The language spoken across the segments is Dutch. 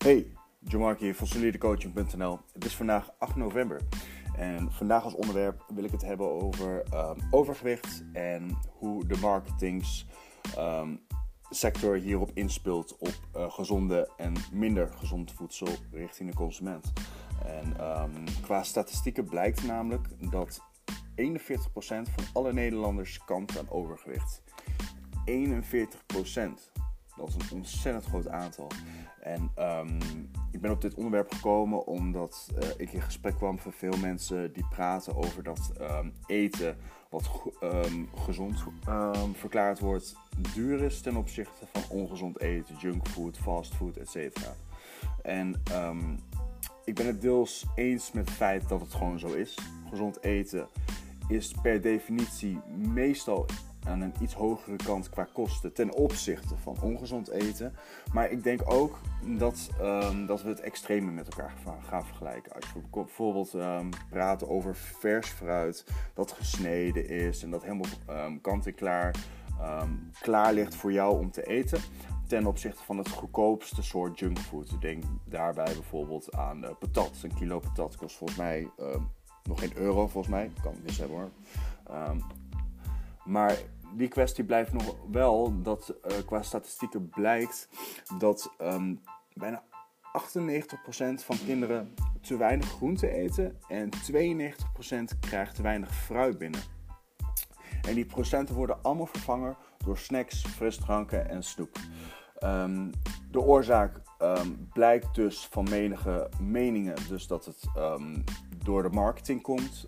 Hey, Jamark hier van solidecoaching.nl. Het is vandaag 8 november en vandaag als onderwerp wil ik het hebben over overgewicht en hoe de marketingssector hierop inspeelt op gezonde en minder gezond voedsel richting de consument. En qua statistieken blijkt namelijk dat 41% van alle Nederlanders kampt aan overgewicht. 41%. Dat is een ontzettend groot aantal. En ik ben op dit onderwerp gekomen omdat ik in gesprek kwam met veel mensen die praten over dat eten wat gezond verklaard wordt duur is ten opzichte van ongezond eten, junkfood, fastfood, etc. En ik ben het deels eens met het feit dat het gewoon zo is. Gezond eten is per definitie meestal aan een iets hogere kant qua kosten ten opzichte van ongezond eten. Maar ik denk ook dat we het extreme met elkaar gaan vergelijken. Als we bijvoorbeeld praten over vers fruit dat gesneden is en dat helemaal kant en klaar ligt voor jou om te eten, ten opzichte van het goedkoopste soort junkfood. Denk daarbij bijvoorbeeld aan patat. Een kilo patat kost volgens mij nog geen euro, volgens mij. Kan het mis hebben hoor. Maar die kwestie blijft nog wel dat qua statistieken blijkt dat bijna 98% van kinderen te weinig groente eten en 92% krijgt te weinig fruit binnen. En die procenten worden allemaal vervangen door snacks, frisdranken en snoep. De oorzaak blijkt dus van menige meningen, dus dat het door de marketing komt.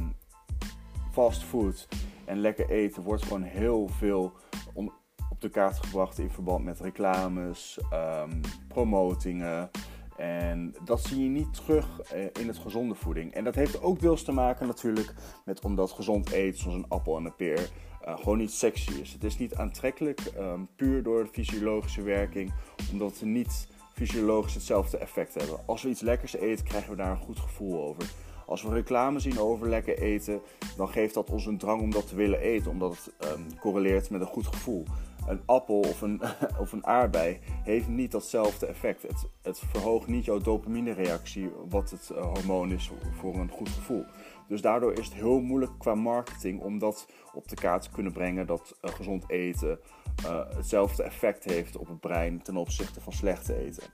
Fastfood en lekker eten wordt gewoon heel veel op de kaart gebracht in verband met reclames, promotingen. En dat zie je niet terug in het gezonde voeding. En dat heeft ook deels te maken natuurlijk met omdat gezond eten, zoals een appel en een peer, gewoon niet sexy is. Het is niet aantrekkelijk, puur door de fysiologische werking, omdat we niet fysiologisch hetzelfde effect hebben. Als we iets lekkers eten, krijgen we daar een goed gevoel over. Als we reclame zien over lekker eten, dan geeft dat ons een drang om dat te willen eten, omdat het correleert met een goed gevoel. Een appel of een aardbei heeft niet datzelfde effect. Het verhoogt niet jouw dopamine-reactie, wat het hormoon is voor een goed gevoel. Dus daardoor is het heel moeilijk qua marketing om dat op de kaart te kunnen brengen dat gezond eten hetzelfde effect heeft op het brein ten opzichte van slecht eten.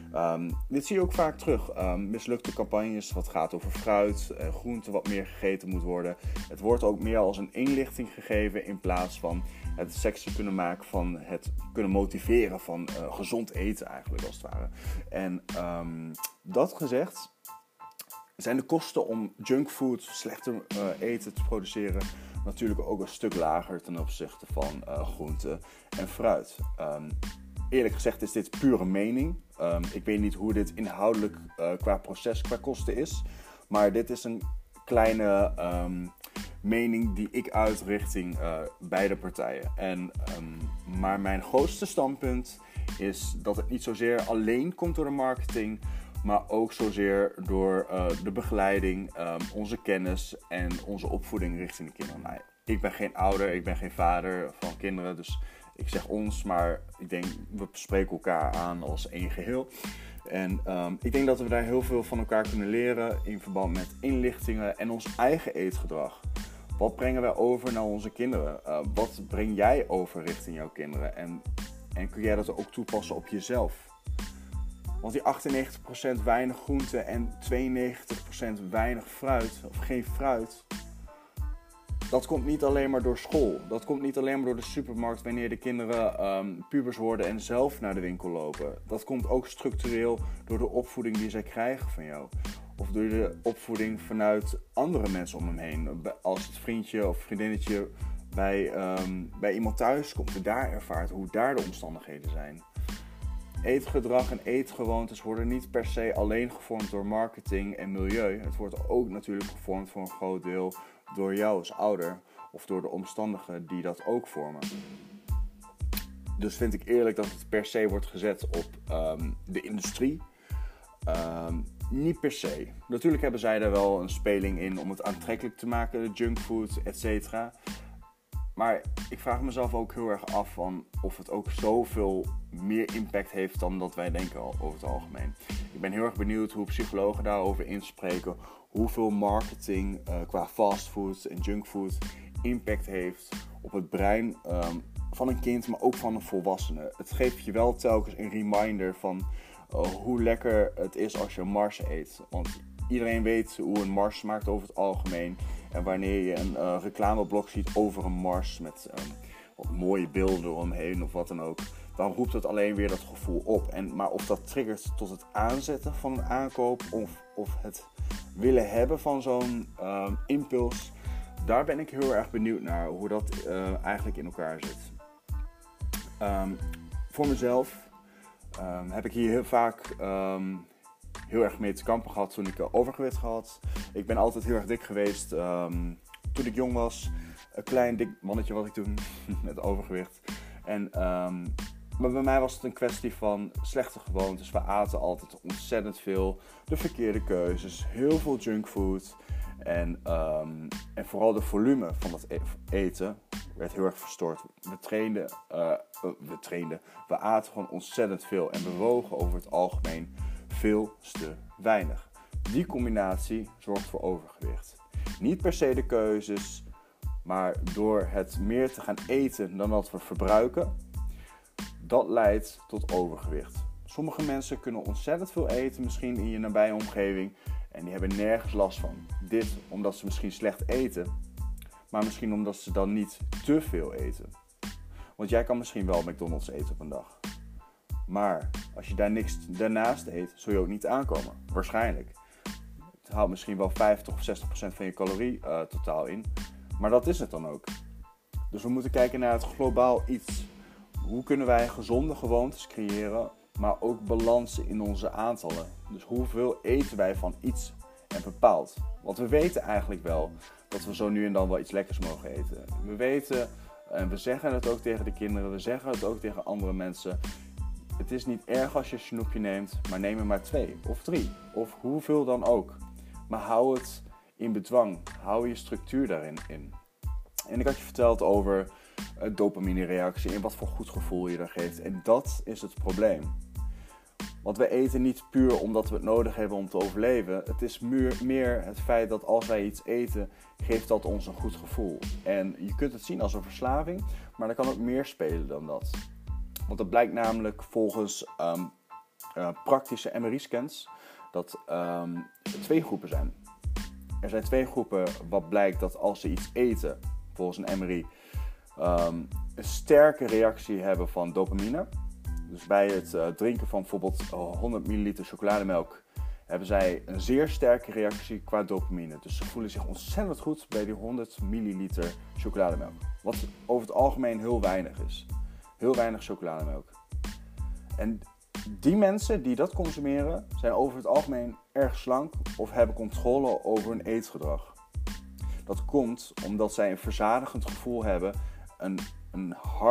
Dit zie je ook vaak terug. Mislukte campagnes wat gaat over fruit en groente wat meer gegeten moet worden. Het wordt ook meer als een inlichting gegeven in plaats van het sexy kunnen maken van het kunnen motiveren van gezond eten eigenlijk als het ware. En dat gezegd zijn de kosten om junkfood, slechte eten te produceren natuurlijk ook een stuk lager ten opzichte van groente en fruit. Eerlijk gezegd is dit pure mening. Ik weet niet hoe dit inhoudelijk qua proces, qua kosten is. Maar dit is een kleine mening die ik uit richting beide partijen. Maar mijn grootste standpunt is dat het niet zozeer alleen komt door de marketing, maar ook zozeer door de begeleiding, onze kennis en onze opvoeding richting de kinderen. Nou, ik ben geen ouder, ik ben geen vader van kinderen, dus ik zeg ons, maar ik denk we spreken elkaar aan als één geheel. En ik denk dat we daar heel veel van elkaar kunnen leren in verband met inlichtingen en ons eigen eetgedrag. Wat brengen wij over naar onze kinderen? Wat breng jij over richting jouw kinderen? En kun jij dat ook toepassen op jezelf? Want die 98% weinig groente en 92% weinig fruit, of geen fruit, dat komt niet alleen maar door school. Dat komt niet alleen maar door de supermarkt wanneer de kinderen pubers worden en zelf naar de winkel lopen. Dat komt ook structureel door de opvoeding die zij krijgen van jou. Of door de opvoeding vanuit andere mensen om hem heen. Als het vriendje of vriendinnetje bij iemand thuis komt en daar ervaart hoe daar de omstandigheden zijn. Eetgedrag en eetgewoontes worden niet per se alleen gevormd door marketing en milieu. Het wordt ook natuurlijk gevormd voor een groot deel door jou als ouder of door de omstandigen die dat ook vormen. Dus vind ik eerlijk dat het per se wordt gezet op de industrie. Niet per se. Natuurlijk hebben zij daar wel een speling in om het aantrekkelijk te maken, de junkfood, etc. Maar ik vraag mezelf ook heel erg af van of het ook zoveel meer impact heeft dan dat wij denken over het algemeen. Ik ben heel erg benieuwd hoe psychologen daarover inspreken. Hoeveel marketing qua fastfood en junkfood impact heeft op het brein van een kind, maar ook van een volwassene. Het geeft je wel telkens een reminder van hoe lekker het is als je een Mars eet. Want iedereen weet hoe een Mars smaakt over het algemeen. En wanneer je een reclameblok ziet over een Mars met wat mooie beelden eromheen of wat dan ook, dan roept het alleen weer dat gevoel op. Maar of dat triggert tot het aanzetten van een aankoop of het willen hebben van zo'n impuls, daar ben ik heel erg benieuwd naar hoe dat eigenlijk in elkaar zit. Voor mezelf heb ik hier heel vaak heel erg mee te kampen gehad toen ik overgewicht had. Ik ben altijd heel erg dik geweest toen ik jong was. Een klein dik mannetje was ik toen met overgewicht. Maar bij mij was het een kwestie van slechte gewoontes. We aten altijd ontzettend veel. De verkeerde keuzes, heel veel junkfood. En vooral de volume van dat eten werd heel erg verstoord. We aten gewoon ontzettend veel en we wogen over het algemeen veel te weinig. Die combinatie zorgt voor overgewicht. Niet per se de keuzes, maar door het meer te gaan eten dan dat we verbruiken, dat leidt tot overgewicht. Sommige mensen kunnen ontzettend veel eten, misschien in je nabije omgeving, en die hebben nergens last van. Dit omdat ze misschien slecht eten, maar misschien omdat ze dan niet te veel eten. Want jij kan misschien wel McDonald's eten op een dag. Maar als je daar niks daarnaast eet, zul je ook niet aankomen. Waarschijnlijk. Het haalt misschien wel 50 of 60% van je calorie totaal in. Maar dat is het dan ook. Dus we moeten kijken naar het globaal iets. Hoe kunnen wij gezonde gewoontes creëren, maar ook balansen in onze aantallen. Dus hoeveel eten wij van iets en bepaald. Want we weten eigenlijk wel dat we zo nu en dan wel iets lekkers mogen eten. We weten, en we zeggen het ook tegen de kinderen, we zeggen het ook tegen andere mensen. Het is niet erg als je een snoepje neemt, maar neem er maar 2 of 3 of hoeveel dan ook. Maar hou het in bedwang, hou je structuur daarin in. En ik had je verteld over dopamine-reactie en wat voor goed gevoel je daar geeft. En dat is het probleem. Want we eten niet puur omdat we het nodig hebben om te overleven. Het is meer het feit dat als wij iets eten, geeft dat ons een goed gevoel. En je kunt het zien als een verslaving, maar er kan ook meer spelen dan dat. Want het blijkt namelijk volgens praktische MRI-scans dat er 2 groepen zijn. Er zijn 2 groepen wat blijkt dat als ze iets eten, volgens een MRI, een sterke reactie hebben van dopamine. Dus bij het drinken van bijvoorbeeld 100 ml chocolademelk hebben zij een zeer sterke reactie qua dopamine. Dus ze voelen zich ontzettend goed bij die 100 ml chocolademelk. Wat over het algemeen heel weinig is. Heel weinig chocolademelk. En die mensen die dat consumeren zijn over het algemeen erg slank of hebben controle over hun eetgedrag. Dat komt omdat zij een verzadigend gevoel hebben, een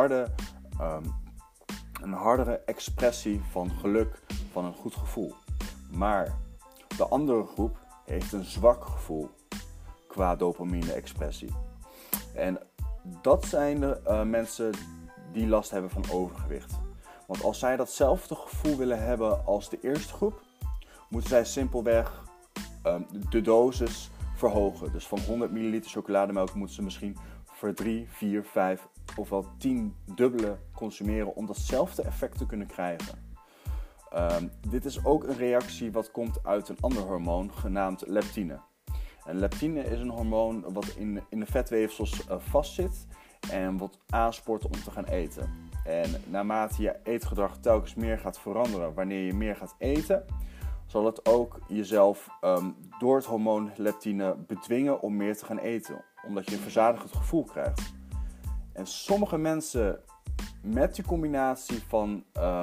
hardere expressie van geluk, van een goed gevoel. Maar de andere groep heeft een zwak gevoel qua dopamine-expressie. En dat zijn de mensen die last hebben van overgewicht. Want als zij datzelfde gevoel willen hebben als de eerste groep, moeten zij simpelweg de dosis verhogen. Dus van 100 ml chocolademelk moeten ze misschien voor 3, 4, 5 of wel 10 dubbele consumeren om datzelfde effect te kunnen krijgen. Dit is ook een reactie wat komt uit een ander hormoon genaamd leptine. En leptine is een hormoon wat in de vetweefsels vastzit en wat aanspoort om te gaan eten. En naarmate je eetgedrag telkens meer gaat veranderen wanneer je meer gaat eten, zal het ook jezelf door het hormoon leptine bedwingen om meer te gaan eten. Omdat je een verzadigend gevoel krijgt. En sommige mensen met die combinatie van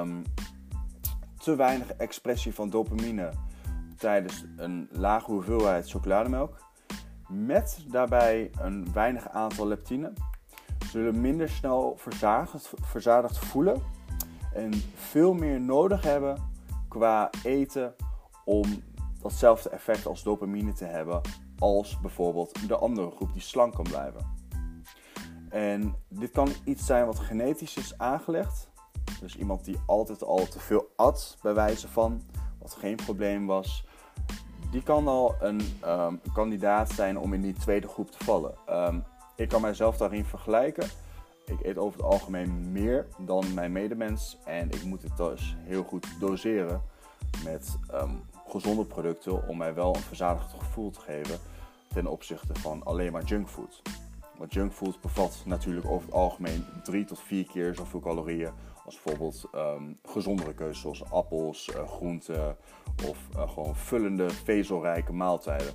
te weinig expressie van dopamine tijdens een lage hoeveelheid chocolademelk, met daarbij een weinig aantal leptine, zullen minder snel verzadigd voelen en veel meer nodig hebben qua eten om datzelfde effect als dopamine te hebben als bijvoorbeeld de andere groep die slank kan blijven. En dit kan iets zijn wat genetisch is aangelegd. Dus iemand die altijd al te veel at, bij wijze van, wat geen probleem was. Die kan al een kandidaat zijn om in die tweede groep te vallen. Ik kan mijzelf daarin vergelijken. Ik eet over het algemeen meer dan mijn medemens. En ik moet het dus heel goed doseren met gezonde producten om mij wel een verzadigd gevoel te geven ten opzichte van alleen maar junkfood. Want junkfood bevat natuurlijk over het algemeen 3 tot 4 keer zoveel calorieën als bijvoorbeeld gezondere keuzes zoals appels, groenten of gewoon vullende, vezelrijke maaltijden.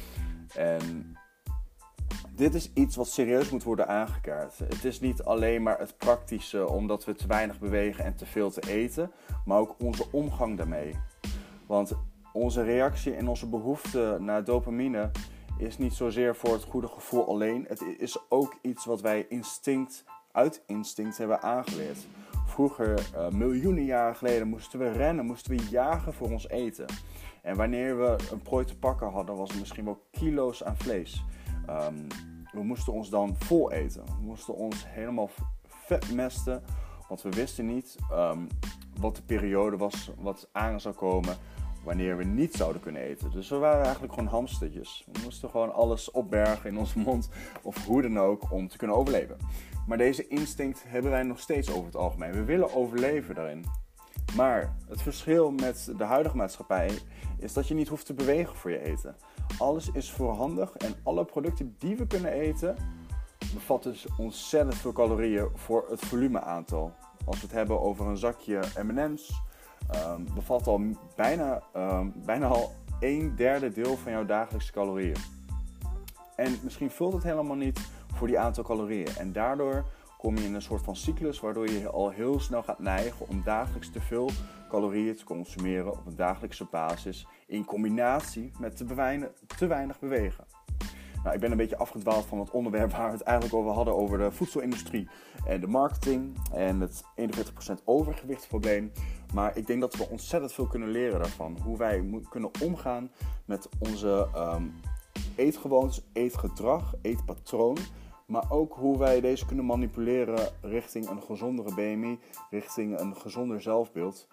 En dit is iets wat serieus moet worden aangekaart. Het is niet alleen maar het praktische omdat we te weinig bewegen en te veel te eten, maar ook onze omgang daarmee. Want onze reactie en onze behoefte naar dopamine is niet zozeer voor het goede gevoel alleen. Het is ook iets wat wij uit instinct hebben aangeleerd. Vroeger, miljoenen jaren geleden, moesten we rennen, moesten we jagen voor ons eten. En wanneer we een prooi te pakken hadden, was het misschien wel kilo's aan vlees. We moesten ons dan vol eten. We moesten ons helemaal vetmesten, want we wisten niet wat de periode was wat aan zou komen wanneer we niet zouden kunnen eten. Dus we waren eigenlijk gewoon hamstertjes. We moesten gewoon alles opbergen in onze mond of hoe dan ook om te kunnen overleven. Maar deze instinct hebben wij nog steeds over het algemeen. We willen overleven daarin. Maar het verschil met de huidige maatschappij is dat je niet hoeft te bewegen voor je eten. Alles is voorhandig en alle producten die we kunnen eten bevatten dus ontzettend veel calorieën voor het volumeaantal. Als we het hebben over een zakje M&M's, bevat al bijna al 1/3 deel van jouw dagelijkse calorieën. En misschien vult het helemaal niet voor die aantal calorieën. En daardoor kom je in een soort van cyclus waardoor je al heel snel gaat neigen om dagelijks te veel calorieën te consumeren op een dagelijkse basis in combinatie met te weinig bewegen. Nou, ik ben een beetje afgedwaald van het onderwerp waar we het eigenlijk over hadden, over de voedselindustrie en de marketing en het 41% overgewichtsprobleem. Maar ik denk dat we ontzettend veel kunnen leren daarvan. Hoe wij kunnen omgaan met onze eetgewoontes, eetgedrag, eetpatroon. Maar ook hoe wij deze kunnen manipuleren richting een gezondere BMI, richting een gezonder zelfbeeld.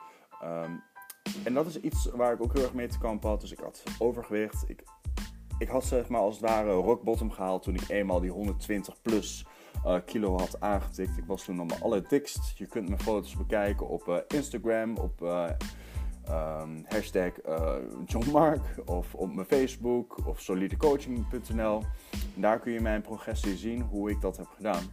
En dat is iets waar ik ook heel erg mee te kampen had. Dus ik had overgewicht. Ik had zeg maar als het ware rock bottom gehaald toen ik eenmaal die 120 plus kilo had aangetikt. Ik was toen nog mijn allerdikst. Je kunt mijn foto's bekijken op Instagram, op hashtag John Mark of op mijn Facebook of solidecoaching.nl. Daar kun je mijn progressie zien, hoe ik dat heb gedaan.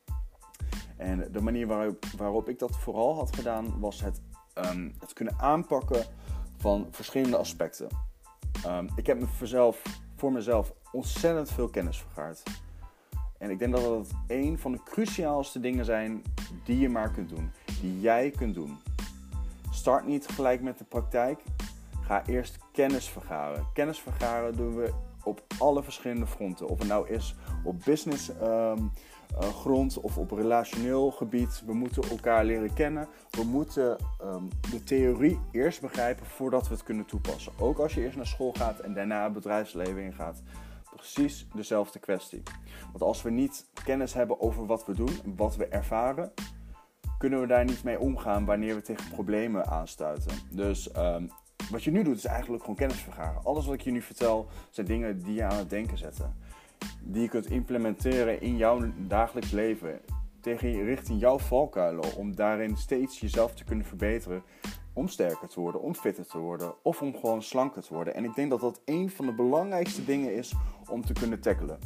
En de manier waarop ik dat vooral had gedaan was het kunnen aanpakken van verschillende aspecten. Ik heb voor mezelf ontzettend veel kennis vergaard. En ik denk dat dat een van de cruciaalste dingen zijn die je maar kunt doen. Die jij kunt doen. Start niet gelijk met de praktijk. Ga eerst kennis vergaren. Kennis vergaren doen we op alle verschillende fronten. Of het nou is op business grond of op relationeel gebied. We moeten elkaar leren kennen. We moeten de theorie eerst begrijpen voordat we het kunnen toepassen. Ook als je eerst naar school gaat en daarna het bedrijfsleven ingaat. Precies dezelfde kwestie. Want als we niet kennis hebben over wat we doen en wat we ervaren, kunnen we daar niet mee omgaan wanneer we tegen problemen aanstuiten. Dus wat je nu doet is eigenlijk gewoon kennis vergaren. Alles wat ik je nu vertel zijn dingen die je aan het denken zetten. Die je kunt implementeren in jouw dagelijks leven. Richting jouw valkuilen. Om daarin steeds jezelf te kunnen verbeteren. Om sterker te worden, om fitter te worden. Of om gewoon slanker te worden. En ik denk dat dat een van de belangrijkste dingen is om te kunnen tackelen.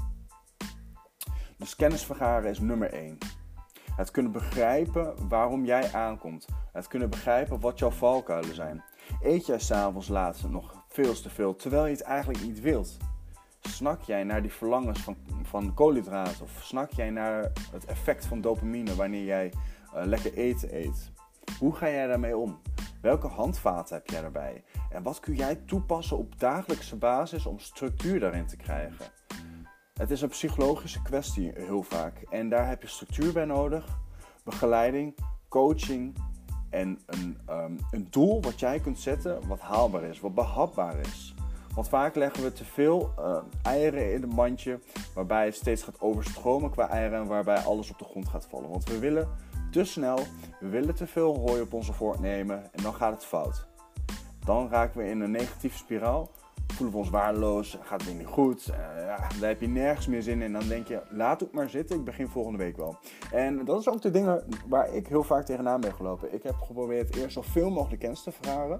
Dus kennis vergaren is nummer 1. Het kunnen begrijpen waarom jij aankomt. Het kunnen begrijpen wat jouw valkuilen zijn. Eet jij 's avonds laat nog veel te veel terwijl je het eigenlijk niet wilt? Snak jij naar die verlangens van koolhydraten? Of snak jij naar het effect van dopamine wanneer jij lekker eten eet? Hoe ga jij daarmee om? Welke handvaten heb jij daarbij? En wat kun jij toepassen op dagelijkse basis om structuur daarin te krijgen? Het is een psychologische kwestie heel vaak. En daar heb je structuur bij nodig, begeleiding, coaching en een doel wat jij kunt zetten wat haalbaar is, wat behapbaar is. Want vaak leggen we te veel eieren in een mandje, waarbij het steeds gaat overstromen qua eieren en waarbij alles op de grond gaat vallen. Want we willen te snel, we willen te veel hooi op onze vork nemen en dan gaat het fout. Dan raken we in een negatieve spiraal, voelen we ons waardeloos, gaat het weer niet goed, daar heb je nergens meer zin in. En dan denk je, laat het maar zitten, ik begin volgende week wel. En dat is ook de dingen waar ik heel vaak tegenaan ben gelopen. Ik heb geprobeerd eerst zoveel mogelijk kennis te vergaren.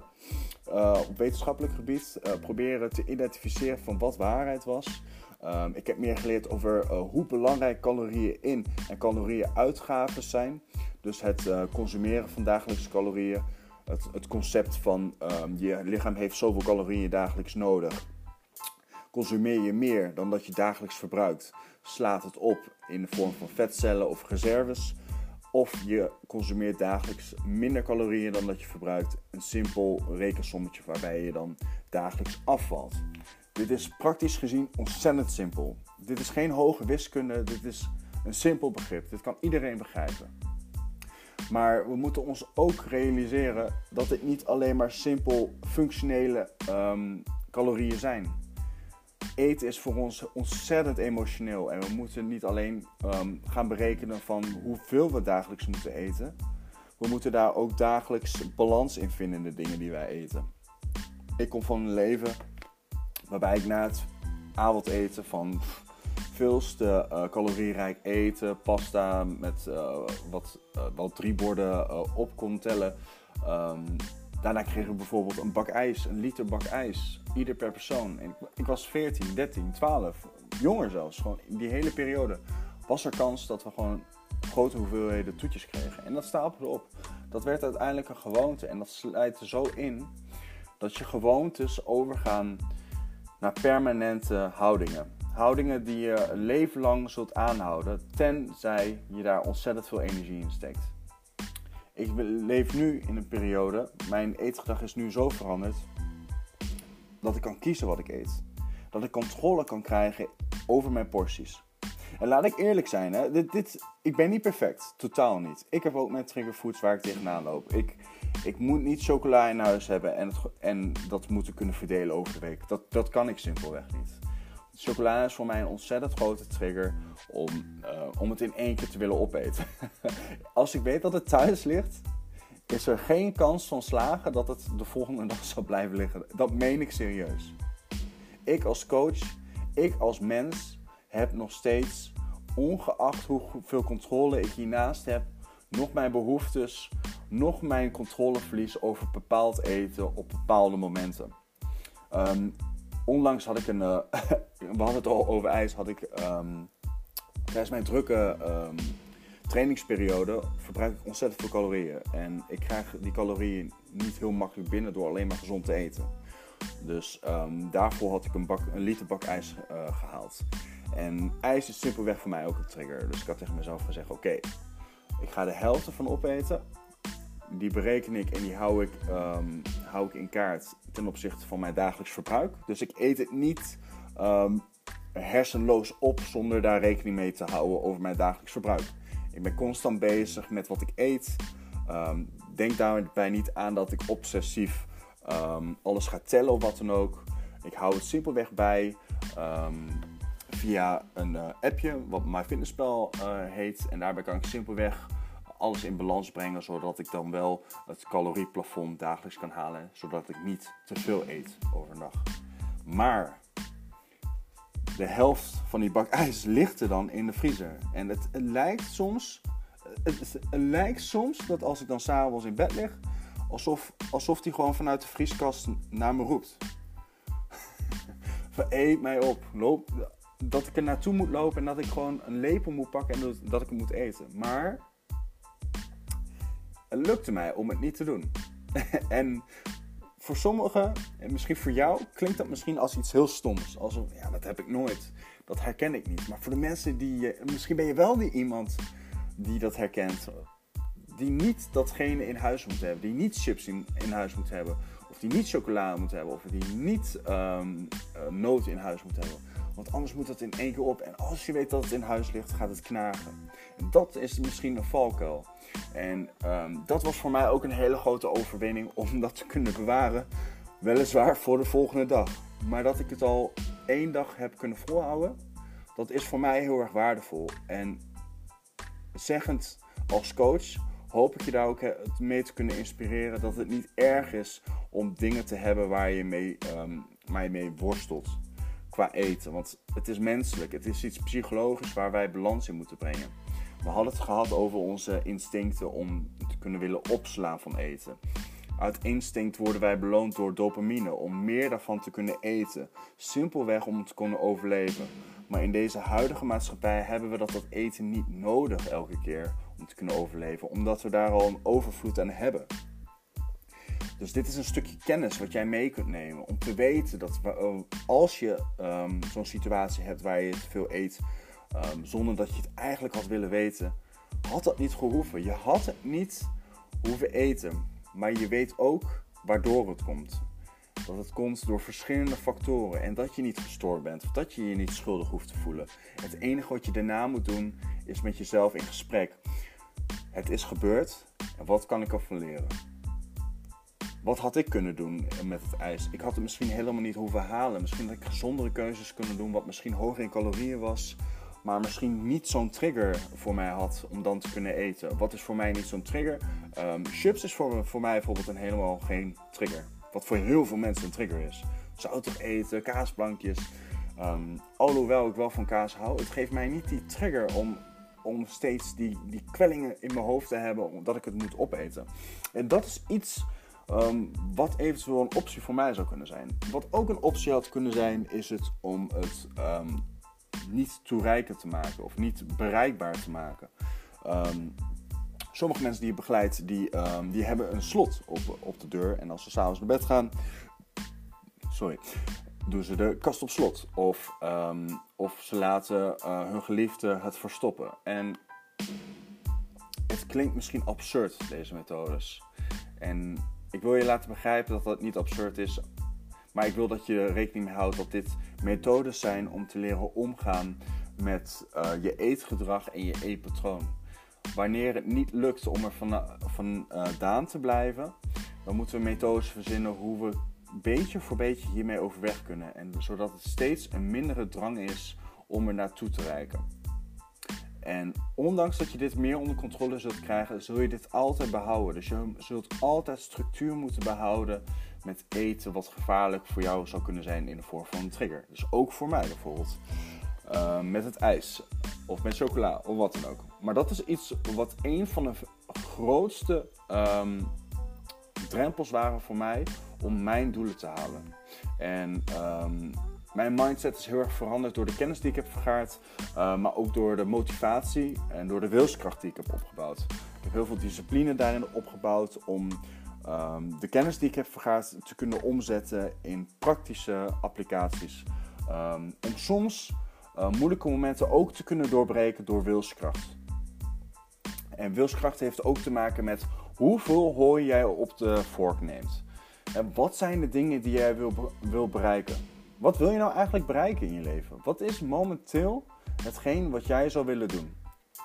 Op wetenschappelijk gebied proberen te identificeren van wat waarheid was. Ik heb meer geleerd over hoe belangrijk calorieën in en calorieën uitgaven zijn. Dus het consumeren van dagelijkse calorieën. Het concept van je lichaam heeft zoveel calorieën dagelijks nodig. Consumeer je meer dan dat je dagelijks verbruikt, slaat het op in de vorm van vetcellen of reserves. Of je consumeert dagelijks minder calorieën dan dat je verbruikt. Een simpel rekensommetje waarbij je dan dagelijks afvalt. Dit is praktisch gezien ontzettend simpel. Dit is geen hoge wiskunde, dit is een simpel begrip. Dit kan iedereen begrijpen. Maar we moeten ons ook realiseren dat het niet alleen maar simpel functionele calorieën zijn. Eten is voor ons ontzettend emotioneel en we moeten niet alleen gaan berekenen van hoeveel we dagelijks moeten eten. We moeten daar ook dagelijks balans in vinden in de dingen die wij eten. Ik kom van een leven waarbij ik na het avondeten van veelste calorierijk eten, pasta met wel 3 borden op kon tellen. Daarna kregen we bijvoorbeeld een bak ijs, een liter bak ijs, ieder per persoon. En ik was 14, 13, 12, jonger zelfs. Gewoon in die hele periode was er kans dat we gewoon grote hoeveelheden toetjes kregen. En dat stapelde op. Dat werd uiteindelijk een gewoonte en dat slijt er zo in dat je gewoontes overgaan naar permanente houdingen. Houdingen die je een leven lang zult aanhouden, tenzij je daar ontzettend veel energie in steekt. Ik leef nu in een periode, mijn eetgedrag is nu zo veranderd, dat ik kan kiezen wat ik eet. Dat ik controle kan krijgen over mijn porties. En laat ik eerlijk zijn, hè, ik ben niet perfect, totaal niet. Ik heb ook mijn triggerfoods waar ik tegenaan loop. Ik moet niet chocola in huis hebben en dat moeten kunnen verdelen over de week. Dat kan ik simpelweg niet. Chocola is voor mij een ontzettend grote trigger om het in één keer te willen opeten. Als ik weet dat het thuis ligt, is er geen kans van slagen dat het de volgende dag zal blijven liggen. Dat meen ik serieus. Ik als coach, ik als mens heb nog steeds, ongeacht hoeveel controle ik hiernaast heb, nog mijn behoeftes, nog mijn controleverlies over bepaald eten op bepaalde momenten. Onlangs had ik we hadden het al over ijs, tijdens mijn drukke trainingsperiode verbruik ik ontzettend veel calorieën. En ik krijg die calorieën niet heel makkelijk binnen door alleen maar gezond te eten. Dus daarvoor had ik een liter bak ijs gehaald. En ijs is simpelweg voor mij ook een trigger. Dus ik had tegen mezelf gezegd, oké, ik ga de helft ervan opeten. Die bereken ik en die hou ik in kaart ten opzichte van mijn dagelijks verbruik. Dus ik eet het niet hersenloos op zonder daar rekening mee te houden over mijn dagelijks verbruik. Ik ben constant bezig met wat ik eet. Denk daarbij niet aan dat ik obsessief alles ga tellen of wat dan ook. Ik hou het simpelweg bij via een appje wat MyFitnessPal heet. En daarbij kan ik simpelweg alles in balans brengen, zodat ik dan wel het calorieplafond dagelijks kan halen, zodat ik niet te veel eet overdag. Maar de helft van die bak ijs ligt er dan in de vriezer. En het lijkt soms dat als ik dan 's avonds in bed lig, alsof die gewoon vanuit de vrieskast naar me roept. Van eet mij op, dat ik er naartoe moet lopen en dat ik gewoon een lepel moet pakken en dat ik het moet eten. Maar het lukte mij om het niet te doen. En voor sommigen, en misschien voor jou, klinkt dat misschien als iets heel stoms. Alsof, ja, dat heb ik nooit. Dat herken ik niet. Maar voor de mensen misschien ben je wel iemand die dat herkent. Die niet datgene in huis moet hebben. Die niet chips in huis moet hebben. Of die niet chocola moet hebben. Of die niet noten in huis moet hebben. Want anders moet dat in één keer op. En als je weet dat het in huis ligt, gaat het knagen. En dat is misschien een valkuil. En dat was voor mij ook een hele grote overwinning om dat te kunnen bewaren. Weliswaar voor de volgende dag. maar dat ik het al 1 dag heb kunnen volhouden, dat is voor mij heel erg waardevol. En zeggend als coach hoop ik je daar ook mee te kunnen inspireren dat het niet erg is om dingen te hebben waar je mee worstelt qua eten. Want het is menselijk, het is iets psychologisch waar wij balans in moeten brengen. We hadden het gehad over onze instincten om te kunnen willen opslaan van eten. Uit instinct worden wij beloond door dopamine om meer daarvan te kunnen eten. Simpelweg om te kunnen overleven. Maar in deze huidige maatschappij hebben we dat eten niet nodig elke keer om te kunnen overleven. Omdat we daar al een overvloed aan hebben. Dus dit is een stukje kennis wat jij mee kunt nemen. Om te weten dat als je zo'n situatie hebt waar je te veel eet. Zonder dat je het eigenlijk had willen weten. Had dat niet gehoeven. Je had het niet hoeven eten. Maar je weet ook waardoor het komt. Dat het komt door verschillende factoren. En dat je niet gestoord bent. Of dat je je niet schuldig hoeft te voelen. Het enige wat je daarna moet doen is met jezelf in gesprek. Het is gebeurd. En wat kan ik ervan leren? Wat had ik kunnen doen met het ijs? Ik had het misschien helemaal niet hoeven halen. Misschien had ik gezondere keuzes kunnen doen. Wat misschien hoger in calorieën was. Maar misschien niet zo'n trigger voor mij had om dan te kunnen eten. Wat is voor mij niet zo'n trigger? Chips is voor mij bijvoorbeeld helemaal geen trigger. Wat voor heel veel mensen een trigger is. Zoutig eten, kaasplankjes. Alhoewel ik wel van kaas hou. Het geeft mij niet die trigger om steeds die kwellingen in mijn hoofd te hebben. Omdat ik het moet opeten. En dat is iets wat eventueel een optie voor mij zou kunnen zijn. Wat ook een optie had kunnen zijn is het om het niet toereikend te maken of niet bereikbaar te maken. Sommige mensen die je begeleidt, die hebben een slot op de deur. En als ze 's avonds naar bed gaan, doen ze de kast op slot. Of ze laten hun geliefde het verstoppen. En het klinkt misschien absurd, deze methodes. En ik wil je laten begrijpen dat dat niet absurd is. Maar ik wil dat je rekening mee houdt dat dit methodes zijn om te leren omgaan met je eetgedrag en je eetpatroon. Wanneer het niet lukt om er vandaan te blijven, dan moeten we methodes verzinnen hoe we beetje voor beetje hiermee overweg kunnen. En zodat het steeds een mindere drang is om er naartoe te reiken. En ondanks dat je dit meer onder controle zult krijgen, zul je dit altijd behouden. Dus je zult altijd structuur moeten behouden met eten wat gevaarlijk voor jou zou kunnen zijn in de vorm van een trigger. Dus ook voor mij bijvoorbeeld. Met het ijs of met chocola of wat dan ook. Maar dat is iets wat een van de grootste drempels waren voor mij om mijn doelen te halen. En mijn mindset is heel erg veranderd door de kennis die ik heb vergaard, maar ook door de motivatie en door de wilskracht die ik heb opgebouwd. Ik heb heel veel discipline daarin opgebouwd om de kennis die ik heb vergaard te kunnen omzetten in praktische applicaties. Om soms moeilijke momenten ook te kunnen doorbreken door wilskracht. En wilskracht heeft ook te maken met hoeveel hooi jij op de vork neemt. En wat zijn de dingen die jij wil bereiken? Wat wil je nou eigenlijk bereiken in je leven? Wat is momenteel hetgeen wat jij zou willen doen?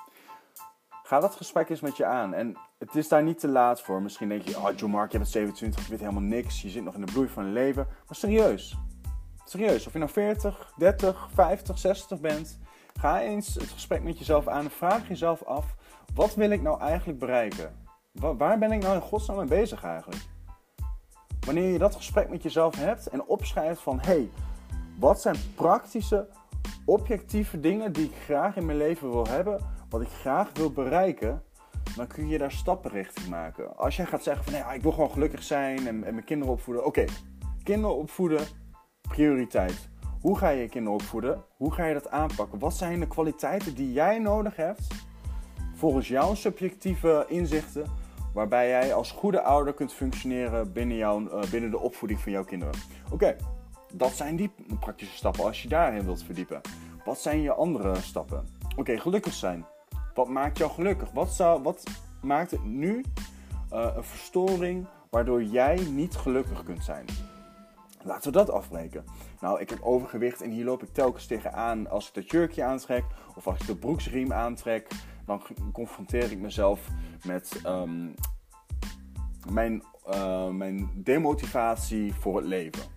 Ga dat gesprek eens met je aan. En het is daar niet te laat voor. Misschien denk je, John Mark, je bent 27, je weet helemaal niks. Je zit nog in de bloei van je leven. Maar serieus, of je nou 40, 30, 50, 60 bent. Ga eens het gesprek met jezelf aan en vraag jezelf af. Wat wil ik nou eigenlijk bereiken? Waar ben ik nou in godsnaam mee bezig eigenlijk? Wanneer je dat gesprek met jezelf hebt en opschrijft van... wat zijn praktische, objectieve dingen die ik graag in mijn leven wil hebben... wat ik graag wil bereiken... dan kun je daar stappen richting maken. Als jij gaat zeggen van... ik wil gewoon gelukkig zijn en mijn kinderen opvoeden. Oké, kinderen opvoeden, prioriteit. Hoe ga je kinderen opvoeden? Hoe ga je dat aanpakken? Wat zijn de kwaliteiten die jij nodig hebt... volgens jouw subjectieve inzichten... waarbij jij als goede ouder kunt functioneren binnen de opvoeding van jouw kinderen. Oké, dat zijn die praktische stappen als je daarin wilt verdiepen. Wat zijn je andere stappen? Oké, gelukkig zijn. Wat maakt jou gelukkig? Wat maakt het nu een verstoring waardoor jij niet gelukkig kunt zijn? Laten we dat afbreken. Nou, ik heb overgewicht en hier loop ik telkens tegenaan als ik dat jurkje aantrek of als ik de broeksriem aantrek. Dan confronteer ik mezelf met mijn demotivatie voor het leven.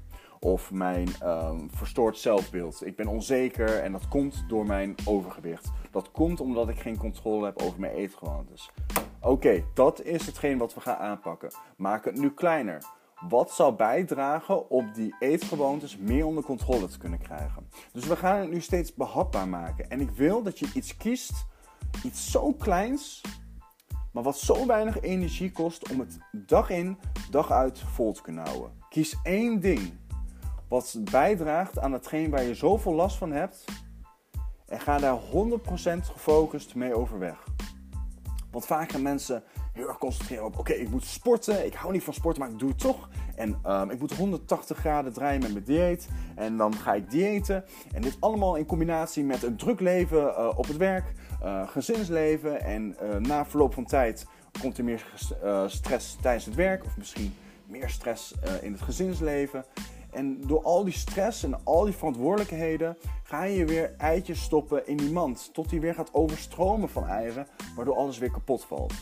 of mijn verstoord zelfbeeld. Ik ben onzeker en dat komt door mijn overgewicht. Dat komt omdat ik geen controle heb over mijn eetgewoontes. Oké, dat is hetgeen wat we gaan aanpakken. Maak het nu kleiner. Wat zal bijdragen op die eetgewoontes meer onder controle te kunnen krijgen? Dus we gaan het nu steeds behapbaar maken. En ik wil dat je iets kiest, iets zo kleins, maar wat zo weinig energie kost om het dag in, dag uit vol te kunnen houden. Kies één ding wat bijdraagt aan hetgeen waar je zoveel last van hebt en ga daar 100% gefocust mee overweg. Want vaak gaan mensen heel erg concentreren op, oké, ik moet sporten, ik hou niet van sporten, maar ik doe het toch. En ik moet 180 graden draaien met mijn dieet en dan ga ik diëten. En dit allemaal in combinatie met een druk leven op het werk, gezinsleven en na verloop van tijd komt er meer stress tijdens het werk of misschien meer stress in het gezinsleven. En door al die stress en al die verantwoordelijkheden ga je weer eitjes stoppen in die mand. Tot die weer gaat overstromen van eieren, waardoor alles weer kapot valt.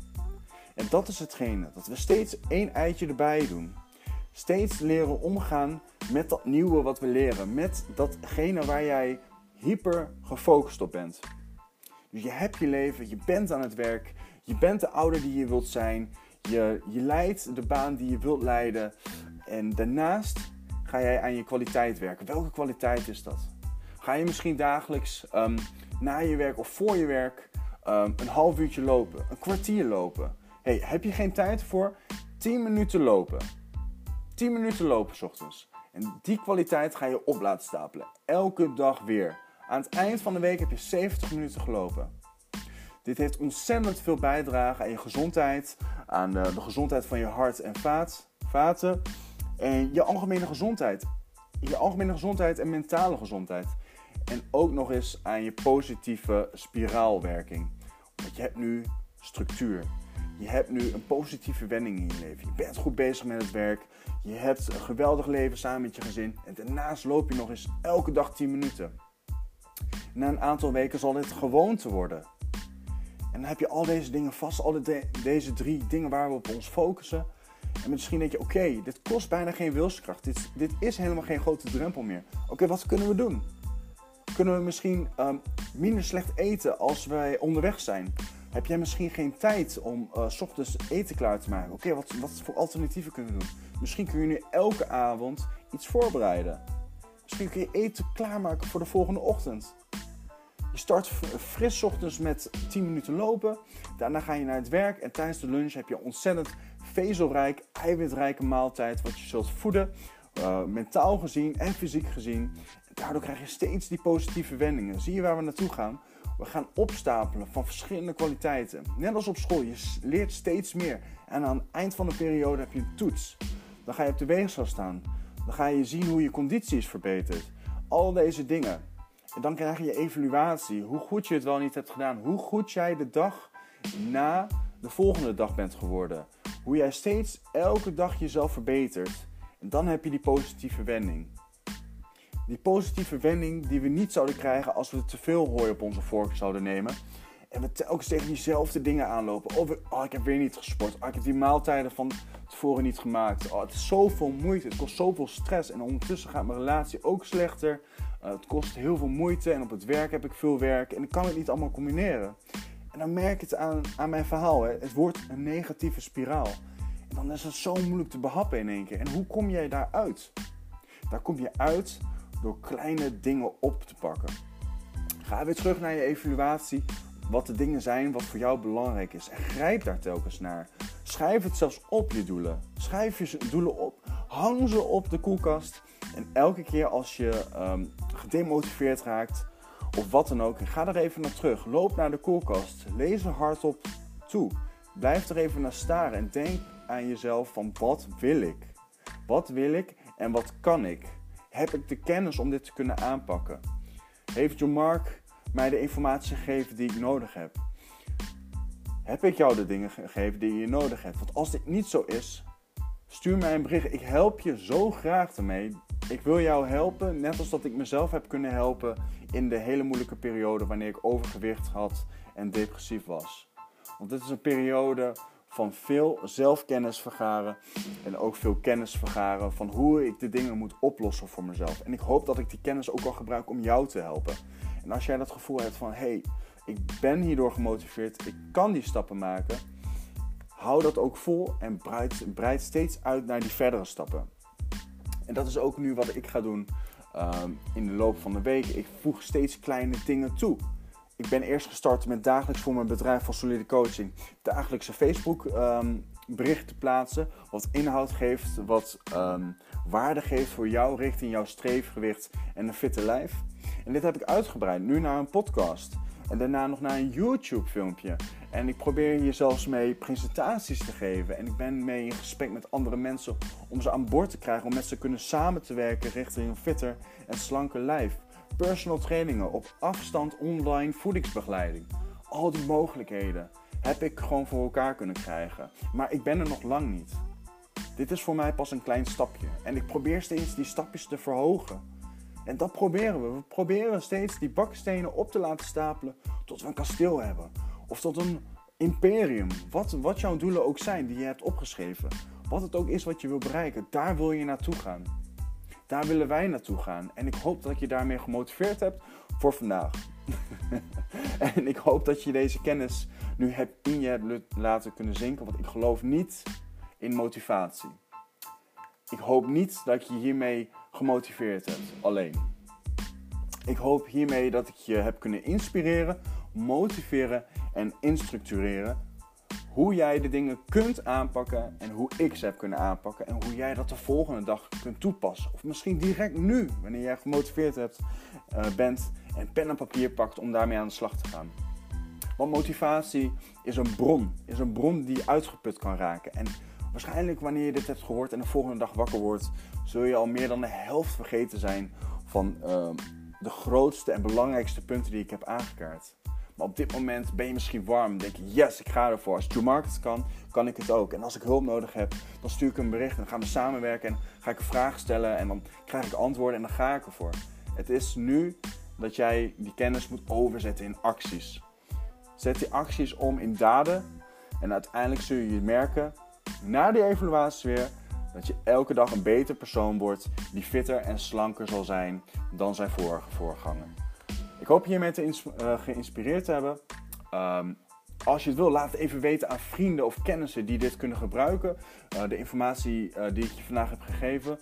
En dat is hetgene, dat we steeds één eitje erbij doen. Steeds leren omgaan met dat nieuwe wat we leren. Met datgene waar jij hyper gefocust op bent. Dus je hebt je leven, je bent aan het werk. Je bent de ouder die je wilt zijn. Je leidt de baan die je wilt leiden. En daarnaast ga jij aan je kwaliteit werken. Welke kwaliteit is dat? Ga je misschien dagelijks na je werk of voor je werk een half uurtje lopen? Een kwartier lopen? Hey, heb je geen tijd voor? 10 minuten lopen. 10 minuten lopen 's ochtends. En die kwaliteit ga je op laten stapelen. Elke dag weer. Aan het eind van de week heb je 70 minuten gelopen. Dit heeft ontzettend veel bijdrage aan je gezondheid. Aan de gezondheid van je hart en vaten. En je algemene gezondheid. Je algemene gezondheid en mentale gezondheid. En ook nog eens aan je positieve spiraalwerking. Want je hebt nu structuur. Je hebt nu een positieve wending in je leven. Je bent goed bezig met het werk. Je hebt een geweldig leven samen met je gezin. En daarnaast loop je nog eens elke dag 10 minuten. Na een aantal weken zal dit gewoonte worden. En dan heb je al deze dingen vast. Deze 3 dingen waar we op ons focussen. En misschien denk je, oké, dit kost bijna geen wilskracht. Dit is helemaal geen grote drempel meer. Oké, wat kunnen we doen? Kunnen we misschien minder slecht eten als wij onderweg zijn? Heb jij misschien geen tijd om 's ochtends eten klaar te maken? Oké, wat voor alternatieven kunnen we doen? Misschien kun je nu elke avond iets voorbereiden. Misschien kun je eten klaarmaken voor de volgende ochtend. Je start fris 's ochtends met 10 minuten lopen. Daarna ga je naar het werk. En tijdens de lunch heb je een ontzettend vezelrijk, eiwitrijke maaltijd. Wat je zult voeden. Mentaal gezien en fysiek gezien. En daardoor krijg je steeds die positieve wendingen. Zie je waar we naartoe gaan? We gaan opstapelen van verschillende kwaliteiten. Net als op school, je leert steeds meer. En aan het eind van de periode heb je een toets. Dan ga je op de weegschaal staan. Dan ga je zien hoe je conditie is verbeterd. Al deze dingen. En dan krijg je je evaluatie. Hoe goed je het wel niet hebt gedaan. Hoe goed jij de dag na de volgende dag bent geworden. Hoe jij steeds elke dag jezelf verbetert. En dan heb je die positieve wending. Die positieve wending die we niet zouden krijgen als we te veel hooi op onze vork zouden nemen. En we telkens tegen diezelfde dingen aanlopen. Oh, ik heb weer niet gesport. Oh, ik heb die maaltijden van tevoren niet gemaakt. Oh, het is zoveel moeite. Het kost zoveel stress. En ondertussen gaat mijn relatie ook slechter. Het kost heel veel moeite. En op het werk heb ik veel werk. En ik kan het niet allemaal combineren. En dan merk ik het aan mijn verhaal. Hè. Het wordt een negatieve spiraal. En dan is het zo moeilijk te behappen in één keer. En hoe kom jij daaruit? Daar kom je uit door kleine dingen op te pakken. Ga weer terug naar je evaluatie. Wat de dingen zijn wat voor jou belangrijk is. En grijp daar telkens naar. Schrijf het zelfs op, je doelen. Schrijf je doelen op. Hang ze op de koelkast. En elke keer als je gedemotiveerd raakt of wat dan ook, ga er even naar terug. Loop naar de koelkast. Lees er hardop toe. Blijf er even naar staren en denk aan jezelf van wat wil ik? Wat wil ik en wat kan ik? Heb ik de kennis om dit te kunnen aanpakken? Heeft John Mark mij de informatie gegeven die ik nodig heb? Heb ik jou de dingen gegeven die je nodig hebt? Want als dit niet zo is, stuur mij een bericht. Ik help je zo graag ermee. Ik wil jou helpen, net als dat ik mezelf heb kunnen helpen in de hele moeilijke periode wanneer ik overgewicht had en depressief was. Want dit is een periode van veel zelfkennis vergaren en ook veel kennis vergaren van hoe ik de dingen moet oplossen voor mezelf. En ik hoop dat ik die kennis ook kan gebruiken om jou te helpen. En als jij dat gevoel hebt van, hey, ik ben hierdoor gemotiveerd, ik kan die stappen maken, hou dat ook vol en breid steeds uit naar die verdere stappen. En dat is ook nu wat ik ga doen in de loop van de week. Ik voeg steeds kleine dingen toe. Ik ben eerst gestart met dagelijks voor mijn bedrijf van Solide Coaching dagelijkse Facebook berichten te plaatsen. Wat inhoud geeft, wat waarde geeft voor jou richting jouw streefgewicht en een fitte lijf. En dit heb ik uitgebreid nu naar een podcast. En daarna nog naar een YouTube filmpje. En ik probeer hier zelfs mee presentaties te geven. En ik ben mee in gesprek met andere mensen om ze aan boord te krijgen. Om met ze kunnen samen te werken richting een fitter en slanker lijf. Personal trainingen op afstand, online voedingsbegeleiding. Al die mogelijkheden heb ik gewoon voor elkaar kunnen krijgen. Maar ik ben er nog lang niet. Dit is voor mij pas een klein stapje. En ik probeer steeds die stapjes te verhogen. En dat proberen we. We proberen steeds die bakstenen op te laten stapelen tot we een kasteel hebben. Of tot een imperium. Wat jouw doelen ook zijn die je hebt opgeschreven. Wat het ook is wat je wil bereiken. Daar wil je naartoe gaan. Daar willen wij naartoe gaan. En ik hoop dat ik je daarmee gemotiveerd hebt voor vandaag. En ik hoop dat je deze kennis nu in je hebt laten kunnen zinken. Want ik geloof niet in motivatie. Ik hoop niet dat ik je hiermee gemotiveerd hebt. Alleen. Ik hoop hiermee dat ik je heb kunnen inspireren, motiveren en instructureren. Hoe jij de dingen kunt aanpakken en hoe ik ze heb kunnen aanpakken. En hoe jij dat de volgende dag kunt toepassen. Of misschien direct nu, wanneer jij gemotiveerd bent en pen en papier pakt om daarmee aan de slag te gaan. Want motivatie is een bron die uitgeput kan raken. En waarschijnlijk wanneer je dit hebt gehoord en de volgende dag wakker wordt, zul je al meer dan de helft vergeten zijn van de grootste en belangrijkste punten die ik heb aangekaart. Maar op dit moment ben je misschien warm. Denk je, yes, ik ga ervoor. Als Joe Mark het kan, kan ik het ook. En als ik hulp nodig heb, dan stuur ik een bericht en dan gaan we samenwerken. En ga ik een vraag stellen en dan krijg ik antwoorden en dan ga ik ervoor. Het is nu dat jij die kennis moet overzetten in acties. Zet die acties om in daden. En uiteindelijk zul je merken, na die evaluatie weer, dat je elke dag een beter persoon wordt die fitter en slanker zal zijn dan zijn vorige voorganger. Ik hoop je hiermee geïnspireerd te hebben. Als je het wil, laat het even weten aan vrienden of kennissen die dit kunnen gebruiken. De informatie die ik je vandaag heb gegeven.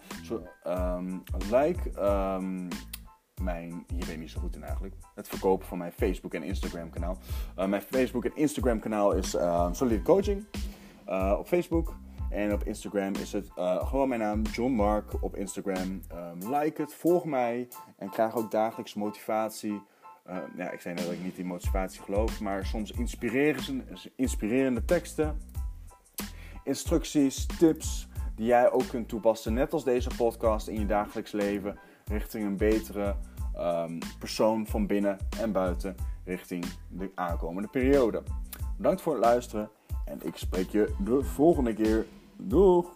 Hier ben ik niet zo goed in eigenlijk. Het verkopen van mijn Facebook en Instagram kanaal. Mijn Facebook en Instagram kanaal is Solide Coaching. Op Facebook. En op Instagram is het gewoon mijn naam, John Mark op Instagram. Like het, volg mij en krijg ook dagelijks motivatie. Ik zei net dat ik niet in motivatie geloof, maar soms inspirerende teksten, instructies, tips die jij ook kunt toepassen. Net als deze podcast in je dagelijks leven richting een betere persoon van binnen en buiten richting de aankomende periode. Bedankt voor het luisteren en ik spreek je de volgende keer. Doeg!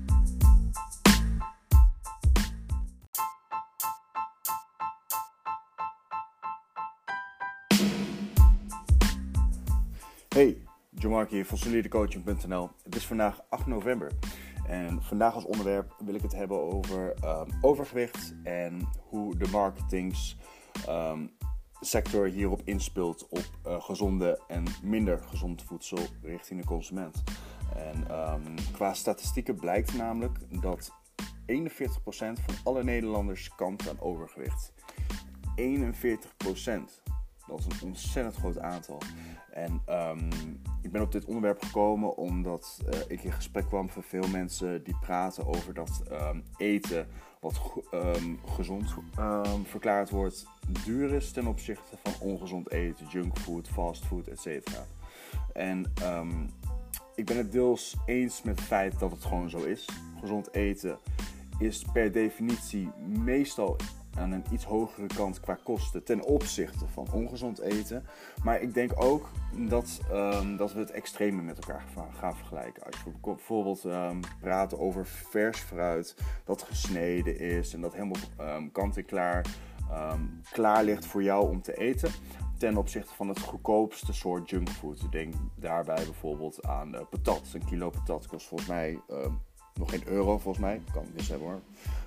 Hey, John Mark hier van solidecoaching.nl. Het is vandaag 8 november en vandaag als onderwerp wil ik het hebben over overgewicht en hoe de marketingssector hierop inspeelt op gezonde en minder gezond voedsel richting de consument. En qua statistieken blijkt namelijk dat 41% van alle Nederlanders kampt aan overgewicht. 41%. Dat is een ontzettend groot aantal. En ik ben op dit onderwerp gekomen omdat ik in gesprek kwam van veel mensen die praten over dat eten wat gezond verklaard wordt duur is ten opzichte van ongezond eten, junkfood, fastfood, etc. En ik ben het deels eens met het feit dat het gewoon zo is. Gezond eten is per definitie meestal aan een iets hogere kant qua kosten ten opzichte van ongezond eten. Maar ik denk ook dat we het extreme met elkaar gaan vergelijken. Als je bijvoorbeeld praat over vers fruit dat gesneden is en dat helemaal kant en klaar ligt voor jou om te eten. ten opzichte van het goedkoopste soort junkfood. Denk daarbij bijvoorbeeld aan patat. Een kilo patat kost volgens mij nog geen euro, volgens mij. Kan ik mis hebben hoor.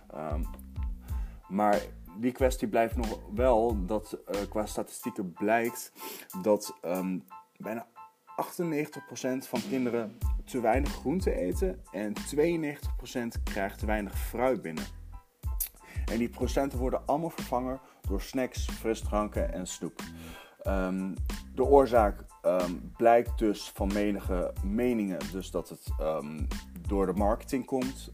Maar die kwestie blijft nog wel dat qua statistieken blijkt dat bijna 98% van kinderen te weinig groente eten en 92% krijgt te weinig fruit binnen. En die procenten worden allemaal vervangen door snacks, frisdranken en snoep. De oorzaak blijkt dus van menige meningen, dus dat het door de marketing komt.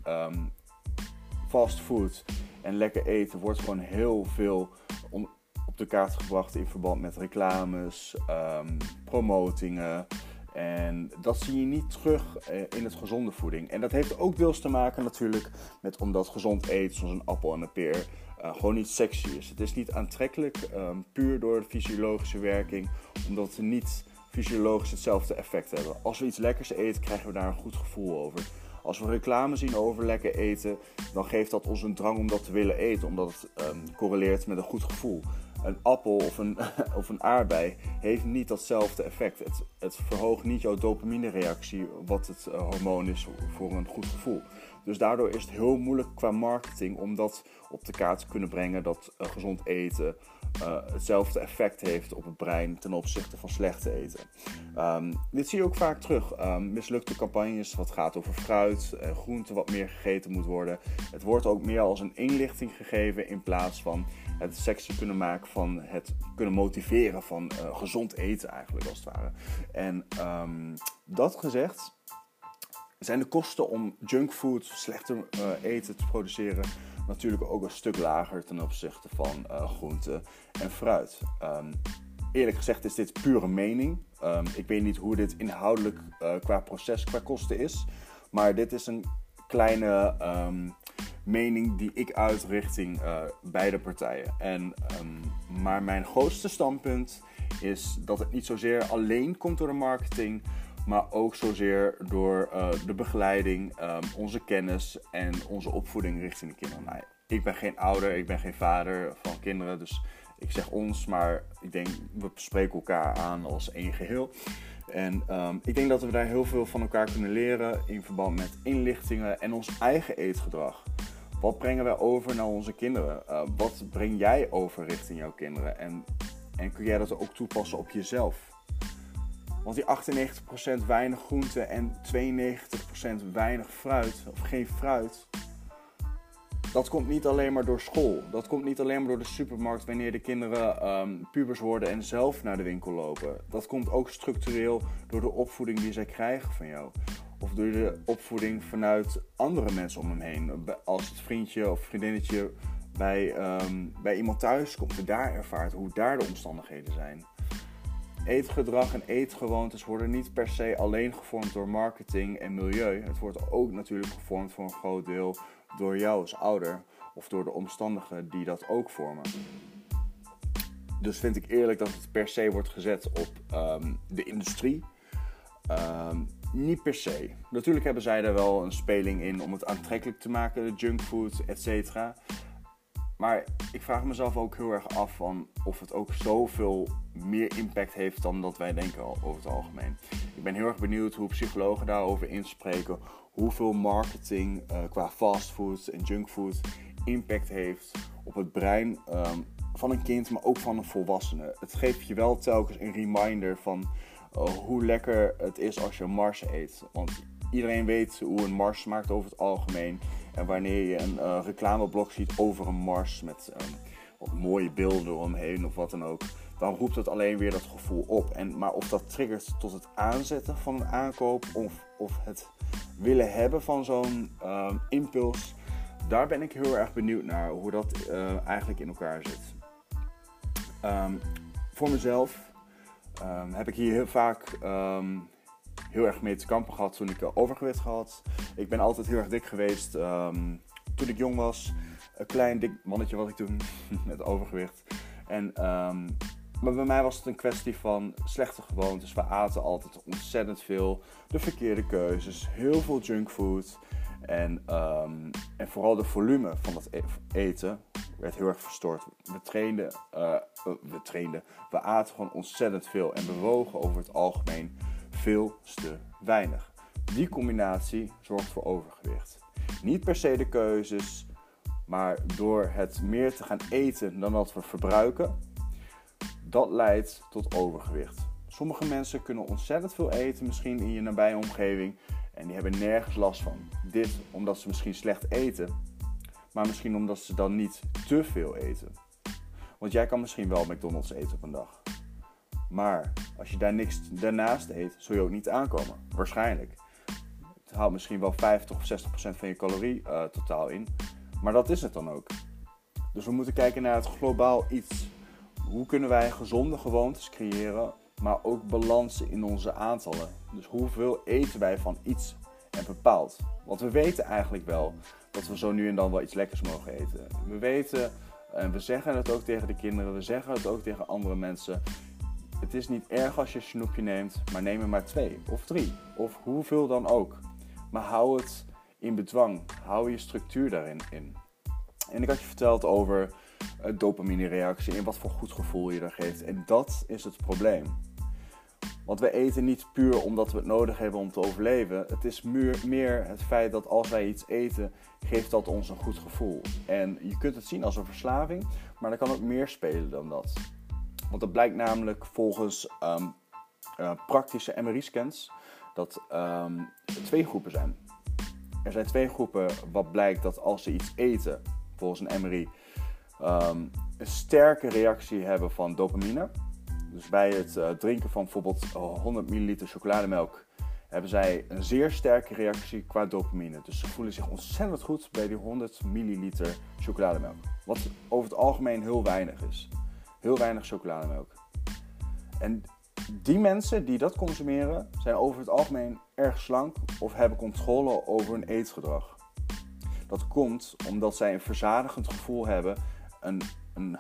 Fastfood en lekker eten wordt gewoon heel veel op de kaart gebracht in verband met reclames, promotingen. En dat zie je niet terug in het gezonde voeding. En dat heeft ook deels te maken natuurlijk met omdat gezond eten, zoals een appel en een peer, gewoon niet sexy is. Het is niet aantrekkelijk, puur door de fysiologische werking, omdat we niet fysiologisch hetzelfde effect hebben. Als we iets lekkers eten, krijgen we daar een goed gevoel over. Als we reclame zien over lekker eten, dan geeft dat ons een drang om dat te willen eten, omdat het correleert met een goed gevoel. Een appel of een aardbei heeft niet datzelfde effect. Het verhoogt niet jouw dopamine-reactie, wat het hormoon is voor een goed gevoel. Dus daardoor is het heel moeilijk qua marketing om dat op de kaart te kunnen brengen dat gezond eten hetzelfde effect heeft op het brein ten opzichte van slecht eten. Dit zie je ook vaak terug. Mislukte campagnes wat gaat over fruit en groente wat meer gegeten moet worden. Het wordt ook meer als een inlichting gegeven in plaats van het sexy kunnen maken van het kunnen motiveren van gezond eten eigenlijk als het ware. En dat gezegd zijn de kosten om junkfood, slechte eten te produceren natuurlijk ook een stuk lager ten opzichte van groente en fruit. Eerlijk gezegd is dit pure mening. Ik weet niet hoe dit inhoudelijk qua proces, qua kosten is. Maar dit is een kleine mening die ik uit richting beide partijen. Maar mijn grootste standpunt is dat het niet zozeer alleen komt door de marketing, maar ook zozeer door de begeleiding, onze kennis en onze opvoeding richting de kinderen. Nou, ik ben geen ouder, ik ben geen vader van kinderen, dus ik zeg ons, maar ik denk we spreken elkaar aan als één geheel. En ik denk dat we daar heel veel van elkaar kunnen leren in verband met inlichtingen en ons eigen eetgedrag. Wat brengen wij over naar onze kinderen? Wat breng jij over richting jouw kinderen? En kun jij dat ook toepassen op jezelf? Want die 98% weinig groente en 92% weinig fruit, of geen fruit, dat komt niet alleen maar door school. Dat komt niet alleen maar door de supermarkt wanneer de kinderen pubers worden en zelf naar de winkel lopen. Dat komt ook structureel door de opvoeding die zij krijgen van jou. Of door de opvoeding vanuit andere mensen om hem heen. Als het vriendje of vriendinnetje bij iemand thuis komt en daar ervaart hoe daar de omstandigheden zijn. Eetgedrag en eetgewoontes worden niet per se alleen gevormd door marketing en milieu. Het wordt ook natuurlijk gevormd voor een groot deel door jou als ouder of door de omstandigen die dat ook vormen. Dus vind ik eerlijk dat het per se wordt gezet op de industrie. Niet per se. Natuurlijk hebben zij daar wel een speling in om het aantrekkelijk te maken, de junkfood, etc. Maar ik vraag mezelf ook heel erg af van of het ook zoveel meer impact heeft dan dat wij denken over het algemeen. Ik ben heel erg benieuwd hoe psychologen daarover inspreken, hoeveel marketing qua fastfood en junkfood impact heeft op het brein van een kind, maar ook van een volwassene. Het geeft je wel telkens een reminder van hoe lekker het is als je Mars eet. Want iedereen weet hoe een Mars smaakt over het algemeen. En wanneer je een reclameblok ziet over een Mars met wat mooie beelden eromheen of wat dan ook, dan roept het alleen weer dat gevoel op. Maar of dat triggert tot het aanzetten van een aankoop of het willen hebben van zo'n impuls, daar ben ik heel erg benieuwd naar hoe dat eigenlijk in elkaar zit. Voor mezelf heb ik hier heel vaak heel erg mee te kampen gehad toen ik overgewicht had. Ik ben altijd heel erg dik geweest toen ik jong was. Een klein dik mannetje was ik toen met overgewicht. Maar bij mij was het een kwestie van slechte gewoontes. We aten altijd ontzettend veel, de verkeerde keuzes, heel veel junkfood. En vooral de volume van dat eten werd heel erg verstoord. We aten gewoon ontzettend veel en we wogen over het algemeen veel te weinig. Die combinatie zorgt voor overgewicht. Niet per se de keuzes, maar door het meer te gaan eten dan dat we verbruiken, dat leidt tot overgewicht. Sommige mensen kunnen ontzettend veel eten, misschien in je nabije omgeving, en die hebben nergens last van. Dit omdat ze misschien slecht eten, maar misschien omdat ze dan niet te veel eten. Want jij kan misschien wel McDonald's eten op een dag. Maar als je daar niks daarnaast eet, zul je ook niet aankomen. Waarschijnlijk. Het haalt misschien wel 50 of 60% van je calorie totaal in. Maar dat is het dan ook. Dus we moeten kijken naar het globaal iets. Hoe kunnen wij gezonde gewoontes creëren, maar ook balansen in onze aantallen. Dus hoeveel eten wij van iets en bepaald. Want we weten eigenlijk wel dat we zo nu en dan wel iets lekkers mogen eten. We weten, en we zeggen het ook tegen de kinderen, we zeggen het ook tegen andere mensen. Het is niet erg als je een snoepje neemt, maar neem er maar 2 of 3 of hoeveel dan ook. Maar hou het in bedwang, hou je structuur daarin in. En ik had je verteld over dopamine-reactie en wat voor goed gevoel je er geeft. En dat is het probleem. Want we eten niet puur omdat we het nodig hebben om te overleven. Het is meer het feit dat als wij iets eten, geeft dat ons een goed gevoel. En je kunt het zien als een verslaving, maar er kan ook meer spelen dan dat. Want dat blijkt namelijk volgens praktische MRI-scans dat er 2 groepen zijn. Er zijn 2 groepen wat blijkt dat als ze iets eten, volgens een MRI, een sterke reactie hebben van dopamine. Dus bij het drinken van bijvoorbeeld 100 ml chocolademelk hebben zij een zeer sterke reactie qua dopamine. Dus ze voelen zich ontzettend goed bij die 100 ml chocolademelk. Wat over het algemeen heel weinig is. Heel weinig chocolademelk. En die mensen die dat consumeren zijn over het algemeen erg slank of hebben controle over hun eetgedrag. Dat komt omdat zij een verzadigend gevoel hebben, een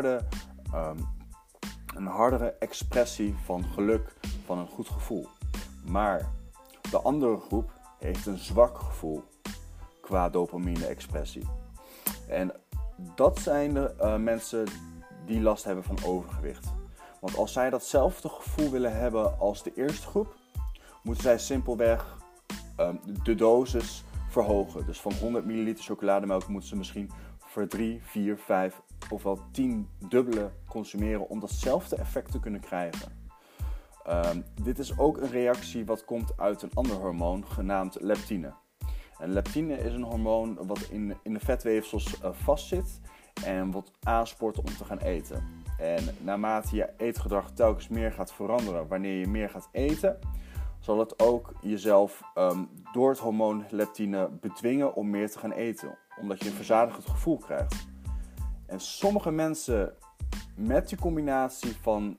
hardere expressie van geluk, van een goed gevoel. Maar de andere groep heeft een zwak gevoel qua dopamine-expressie. En dat zijn de mensen die last hebben van overgewicht. Want als zij datzelfde gevoel willen hebben als de eerste groep, moeten zij simpelweg de dosis verhogen. Dus van 100 ml chocolademelk moeten ze misschien voor 3, 4, 5 of wel 10 dubbele consumeren om datzelfde effect te kunnen krijgen. Dit is ook een reactie wat komt uit een ander hormoon genaamd leptine. En leptine is een hormoon wat in de vetweefsels vastzit en wat aanspoort om te gaan eten. En naarmate je eetgedrag telkens meer gaat veranderen wanneer je meer gaat eten, zal het ook jezelf door het hormoon leptine bedwingen om meer te gaan eten. Omdat je een verzadigend gevoel krijgt. En sommige mensen met die combinatie van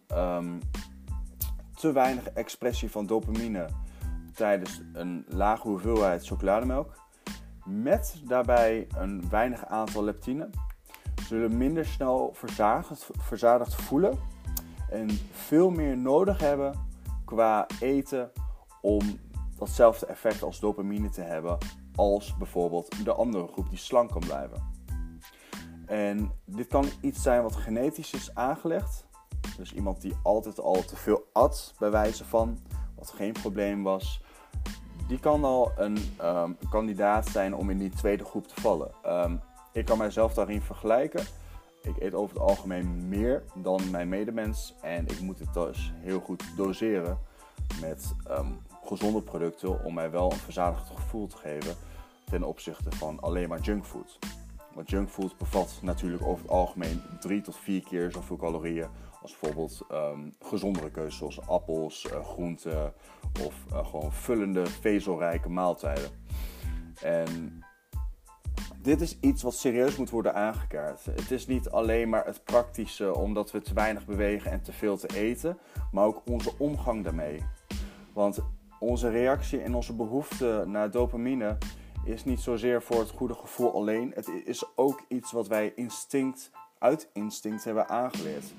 te weinig expressie van dopamine tijdens een lage hoeveelheid chocolademelk, met daarbij een weinig aantal leptine, zullen minder snel verzadigd voelen en veel meer nodig hebben qua eten om datzelfde effect als dopamine te hebben als bijvoorbeeld de andere groep die slank kan blijven. En dit kan iets zijn wat genetisch is aangelegd. Dus iemand die altijd al te veel at, bij wijze van, wat geen probleem was, die kan al een kandidaat zijn om in die tweede groep te vallen. Ik kan mijzelf daarin vergelijken. Ik eet over het algemeen meer dan mijn medemens en ik moet het dus heel goed doseren met gezonde producten om mij wel een verzadigd gevoel te geven ten opzichte van alleen maar junkfood. Want junkfood bevat natuurlijk over het algemeen 3 tot 4 keer zoveel calorieën als bijvoorbeeld gezondere keuzes zoals appels, groenten of gewoon vullende, vezelrijke maaltijden. En dit is iets wat serieus moet worden aangekaart. Het is niet alleen maar het praktische omdat we te weinig bewegen en te veel te eten, maar ook onze omgang daarmee. Want onze reactie en onze behoefte naar dopamine is niet zozeer voor het goede gevoel alleen. Het is ook iets wat wij uit instinct hebben aangeleerd.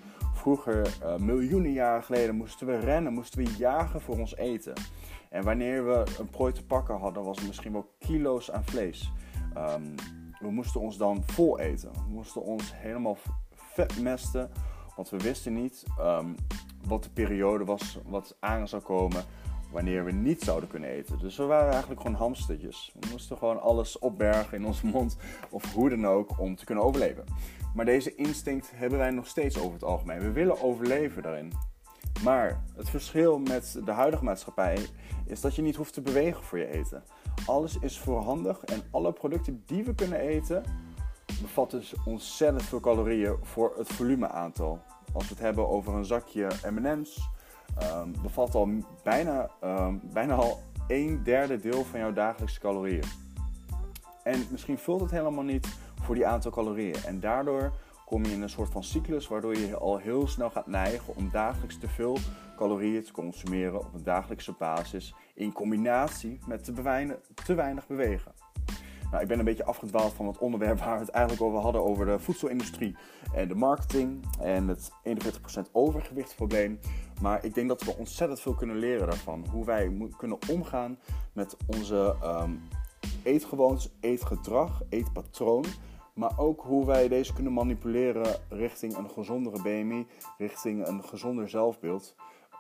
Vroeger, miljoenen jaren geleden, moesten we rennen, moesten we jagen voor ons eten. En wanneer we een prooi te pakken hadden, was het misschien wel kilo's aan vlees. We moesten ons dan vol eten. We moesten ons helemaal vetmesten, want we wisten niet wat de periode was, wat aan zou komen wanneer we niet zouden kunnen eten. Dus we waren eigenlijk gewoon hamstertjes. We moesten gewoon alles opbergen in onze mond of hoe dan ook om te kunnen overleven. Maar deze instinct hebben wij nog steeds over het algemeen. We willen overleven daarin. Maar het verschil met de huidige maatschappij is dat je niet hoeft te bewegen voor je eten. Alles is voorhandig en alle producten die we kunnen eten bevatten dus ontzettend veel calorieën voor het volumeaantal. Als we het hebben over een zakje M&M's, bevat al bijna al 1/3 deel van jouw dagelijkse calorieën. En misschien vult het helemaal niet voor die aantal calorieën. En daardoor kom je in een soort van cyclus waardoor je al heel snel gaat neigen om dagelijks te veel calorieën te consumeren op een dagelijkse basis in combinatie met te weinig bewegen. Nou, ik ben een beetje afgedwaald van het onderwerp waar we het eigenlijk over hadden, over de voedselindustrie en de marketing en het 41% overgewichtsprobleem. Maar ik denk dat we ontzettend veel kunnen leren daarvan. Hoe wij kunnen omgaan met onze eetgewoontes, eetgedrag, eetpatroon. Maar ook hoe wij deze kunnen manipuleren richting een gezondere BMI, richting een gezonder zelfbeeld.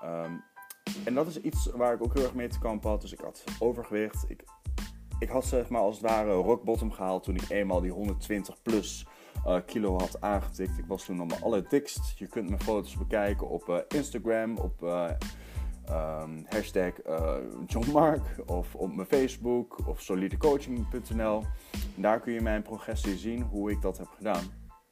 En dat is iets waar ik ook heel erg mee te kampen had. Dus ik had overgewicht. Ik had zeg maar als het ware rock bottom gehaald toen ik eenmaal die 120 plus kilo had aangetikt. Ik was toen nog mijn allerdikst. Je kunt mijn foto's bekijken op Instagram, op hashtag John Mark of op mijn Facebook of solidecoaching.nl. Daar kun je mijn progressie zien, hoe ik dat heb gedaan.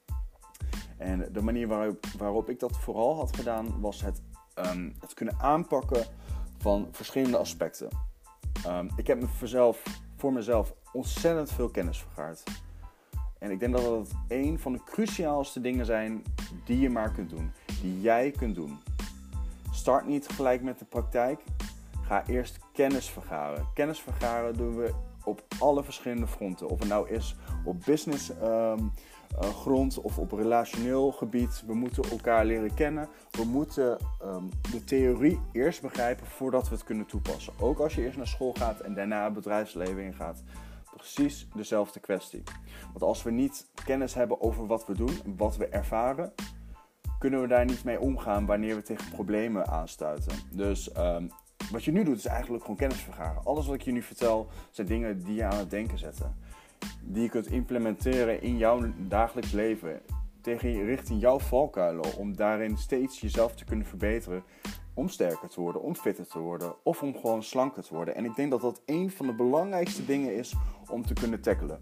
En de manier waarop ik dat vooral had gedaan was het kunnen aanpakken van verschillende aspecten. Ik heb voor mezelf ontzettend veel kennis vergaard. En ik denk dat dat een van de cruciaalste dingen zijn die je maar kunt doen. Die jij kunt doen. Start niet gelijk met de praktijk. Ga eerst kennis vergaren. Kennis vergaren doen we op alle verschillende fronten. Of het nou is op business grond of op relationeel gebied. We moeten elkaar leren kennen. We moeten de theorie eerst begrijpen voordat we het kunnen toepassen. Ook als je eerst naar school gaat en daarna het bedrijfsleven ingaat. Precies dezelfde kwestie. Want als we niet kennis hebben over wat we doen, wat we ervaren, kunnen we daar niet mee omgaan wanneer we tegen problemen aanstuiten. Dus wat je nu doet is eigenlijk gewoon kennis vergaren. Alles wat ik je nu vertel zijn dingen die je aan het denken zetten. Die je kunt implementeren in jouw dagelijks leven. Richting jouw valkuilen. Om daarin steeds jezelf te kunnen verbeteren. Om sterker te worden, om fitter te worden. Of om gewoon slanker te worden. En ik denk dat dat een van de belangrijkste dingen is om te kunnen tackelen.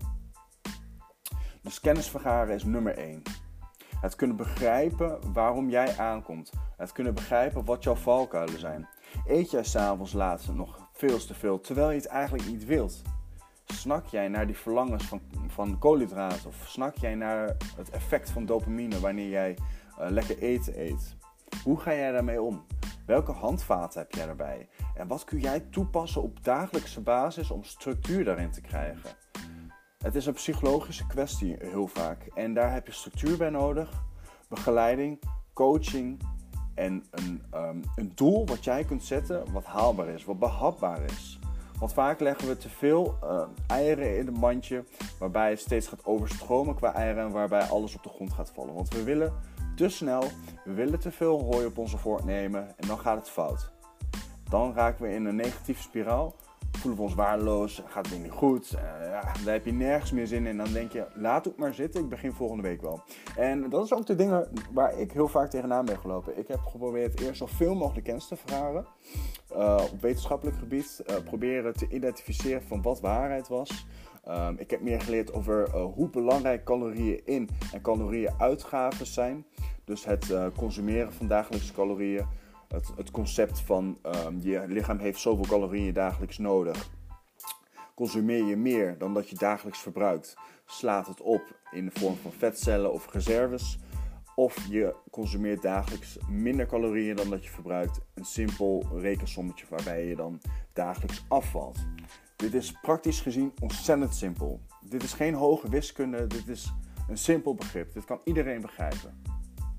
Dus kennis vergaren is nummer 1. Het kunnen begrijpen waarom jij aankomt. Het kunnen begrijpen wat jouw valkuilen zijn. Eet jij 's avonds laat nog veel te veel terwijl je het eigenlijk niet wilt? Snak jij naar die verlangens van koolhydraten? Of snak jij naar het effect van dopamine wanneer jij lekker eten eet? Hoe ga jij daarmee om? Welke handvaten heb jij daarbij? En wat kun jij toepassen op dagelijkse basis om structuur daarin te krijgen? Het is een psychologische kwestie heel vaak. En daar heb je structuur bij nodig, begeleiding, coaching en een doel wat jij kunt zetten wat haalbaar is, wat behapbaar is. Want vaak leggen we te veel eieren in een mandje waarbij het steeds gaat overstromen qua eieren en waarbij alles op de grond gaat vallen. Want we willen te snel, we willen te veel hooi op onze vork nemen en dan gaat het fout. Dan raken we in een negatieve spiraal, voelen we ons waardeloos, gaat het weer niet goed, daar heb je nergens meer zin in. Dan denk je, laat het maar zitten, ik begin volgende week wel. En dat is ook de dingen waar ik heel vaak tegenaan ben gelopen. Ik heb geprobeerd eerst zoveel mogelijk kennis te vergaren. Op wetenschappelijk gebied proberen te identificeren van wat waarheid was. Ik heb meer geleerd over hoe belangrijk calorieën in en calorieën uitgaven zijn. Dus het consumeren van dagelijkse calorieën. Het concept van je lichaam heeft zoveel calorieën dagelijks nodig. Consumeer je meer dan dat je dagelijks verbruikt, slaat het op in de vorm van vetcellen of reserves. Of je consumeert dagelijks minder calorieën dan dat je verbruikt. Een simpel rekensommetje waarbij je dan dagelijks afvalt. Dit is praktisch gezien ontzettend simpel. Dit is geen hoge wiskunde, dit is een simpel begrip. Dit kan iedereen begrijpen.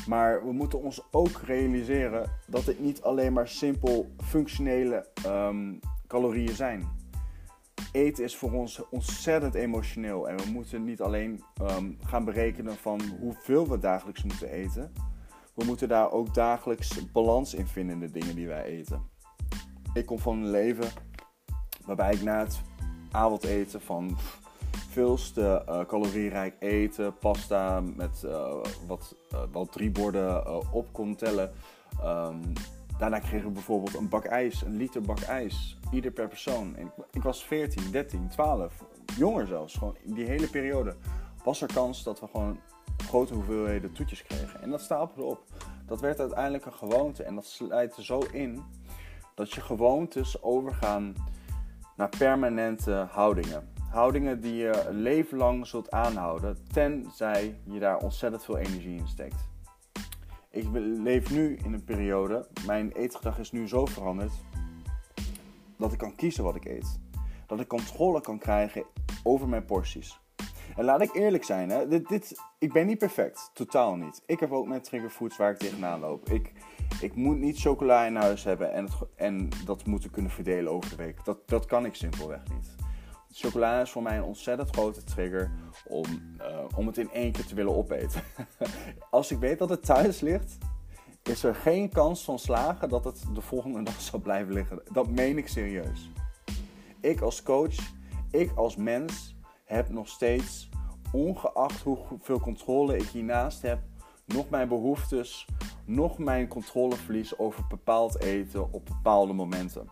Maar we moeten ons ook realiseren dat het niet alleen maar simpel functionele calorieën zijn. Eten is voor ons ontzettend emotioneel. En we moeten niet alleen gaan berekenen van hoeveel we dagelijks moeten eten. We moeten daar ook dagelijks balans in vinden in de dingen die wij eten. Ik kom van een leven waarbij ik na het avondeten van veelste calorierijk eten, pasta met wel 3 borden op kon tellen. Daarna kregen we bijvoorbeeld een liter bak ijs, ieder per persoon. En ik was 14, 13, 12, jonger zelfs. Gewoon in die hele periode was er kans dat we gewoon grote hoeveelheden toetjes kregen. En dat stapelde op. Dat werd uiteindelijk een gewoonte en dat slijt er zo in dat je gewoontes overgaan naar permanente houdingen. Houdingen die je een leven lang zult aanhouden, tenzij je daar ontzettend veel energie in steekt. Ik leef nu in een periode, mijn eetgedrag is nu zo veranderd, dat ik kan kiezen wat ik eet. Dat ik controle kan krijgen over mijn porties. En laat ik eerlijk zijn, hè, ik ben niet perfect, totaal niet. Ik heb ook mijn triggerfoods waar ik tegenaan loop. Ik moet niet chocola in huis hebben en dat moeten kunnen verdelen over de week. Dat kan ik simpelweg niet. Chocola is voor mij een ontzettend grote trigger om het in één keer te willen opeten. Als ik weet dat het thuis ligt, is er geen kans van slagen dat het de volgende dag zal blijven liggen. Dat meen ik serieus. Ik als coach, ik als mens heb nog steeds, ongeacht hoeveel controle ik hiernaast heb, nog mijn behoeftes, nog mijn controleverlies over bepaald eten op bepaalde momenten.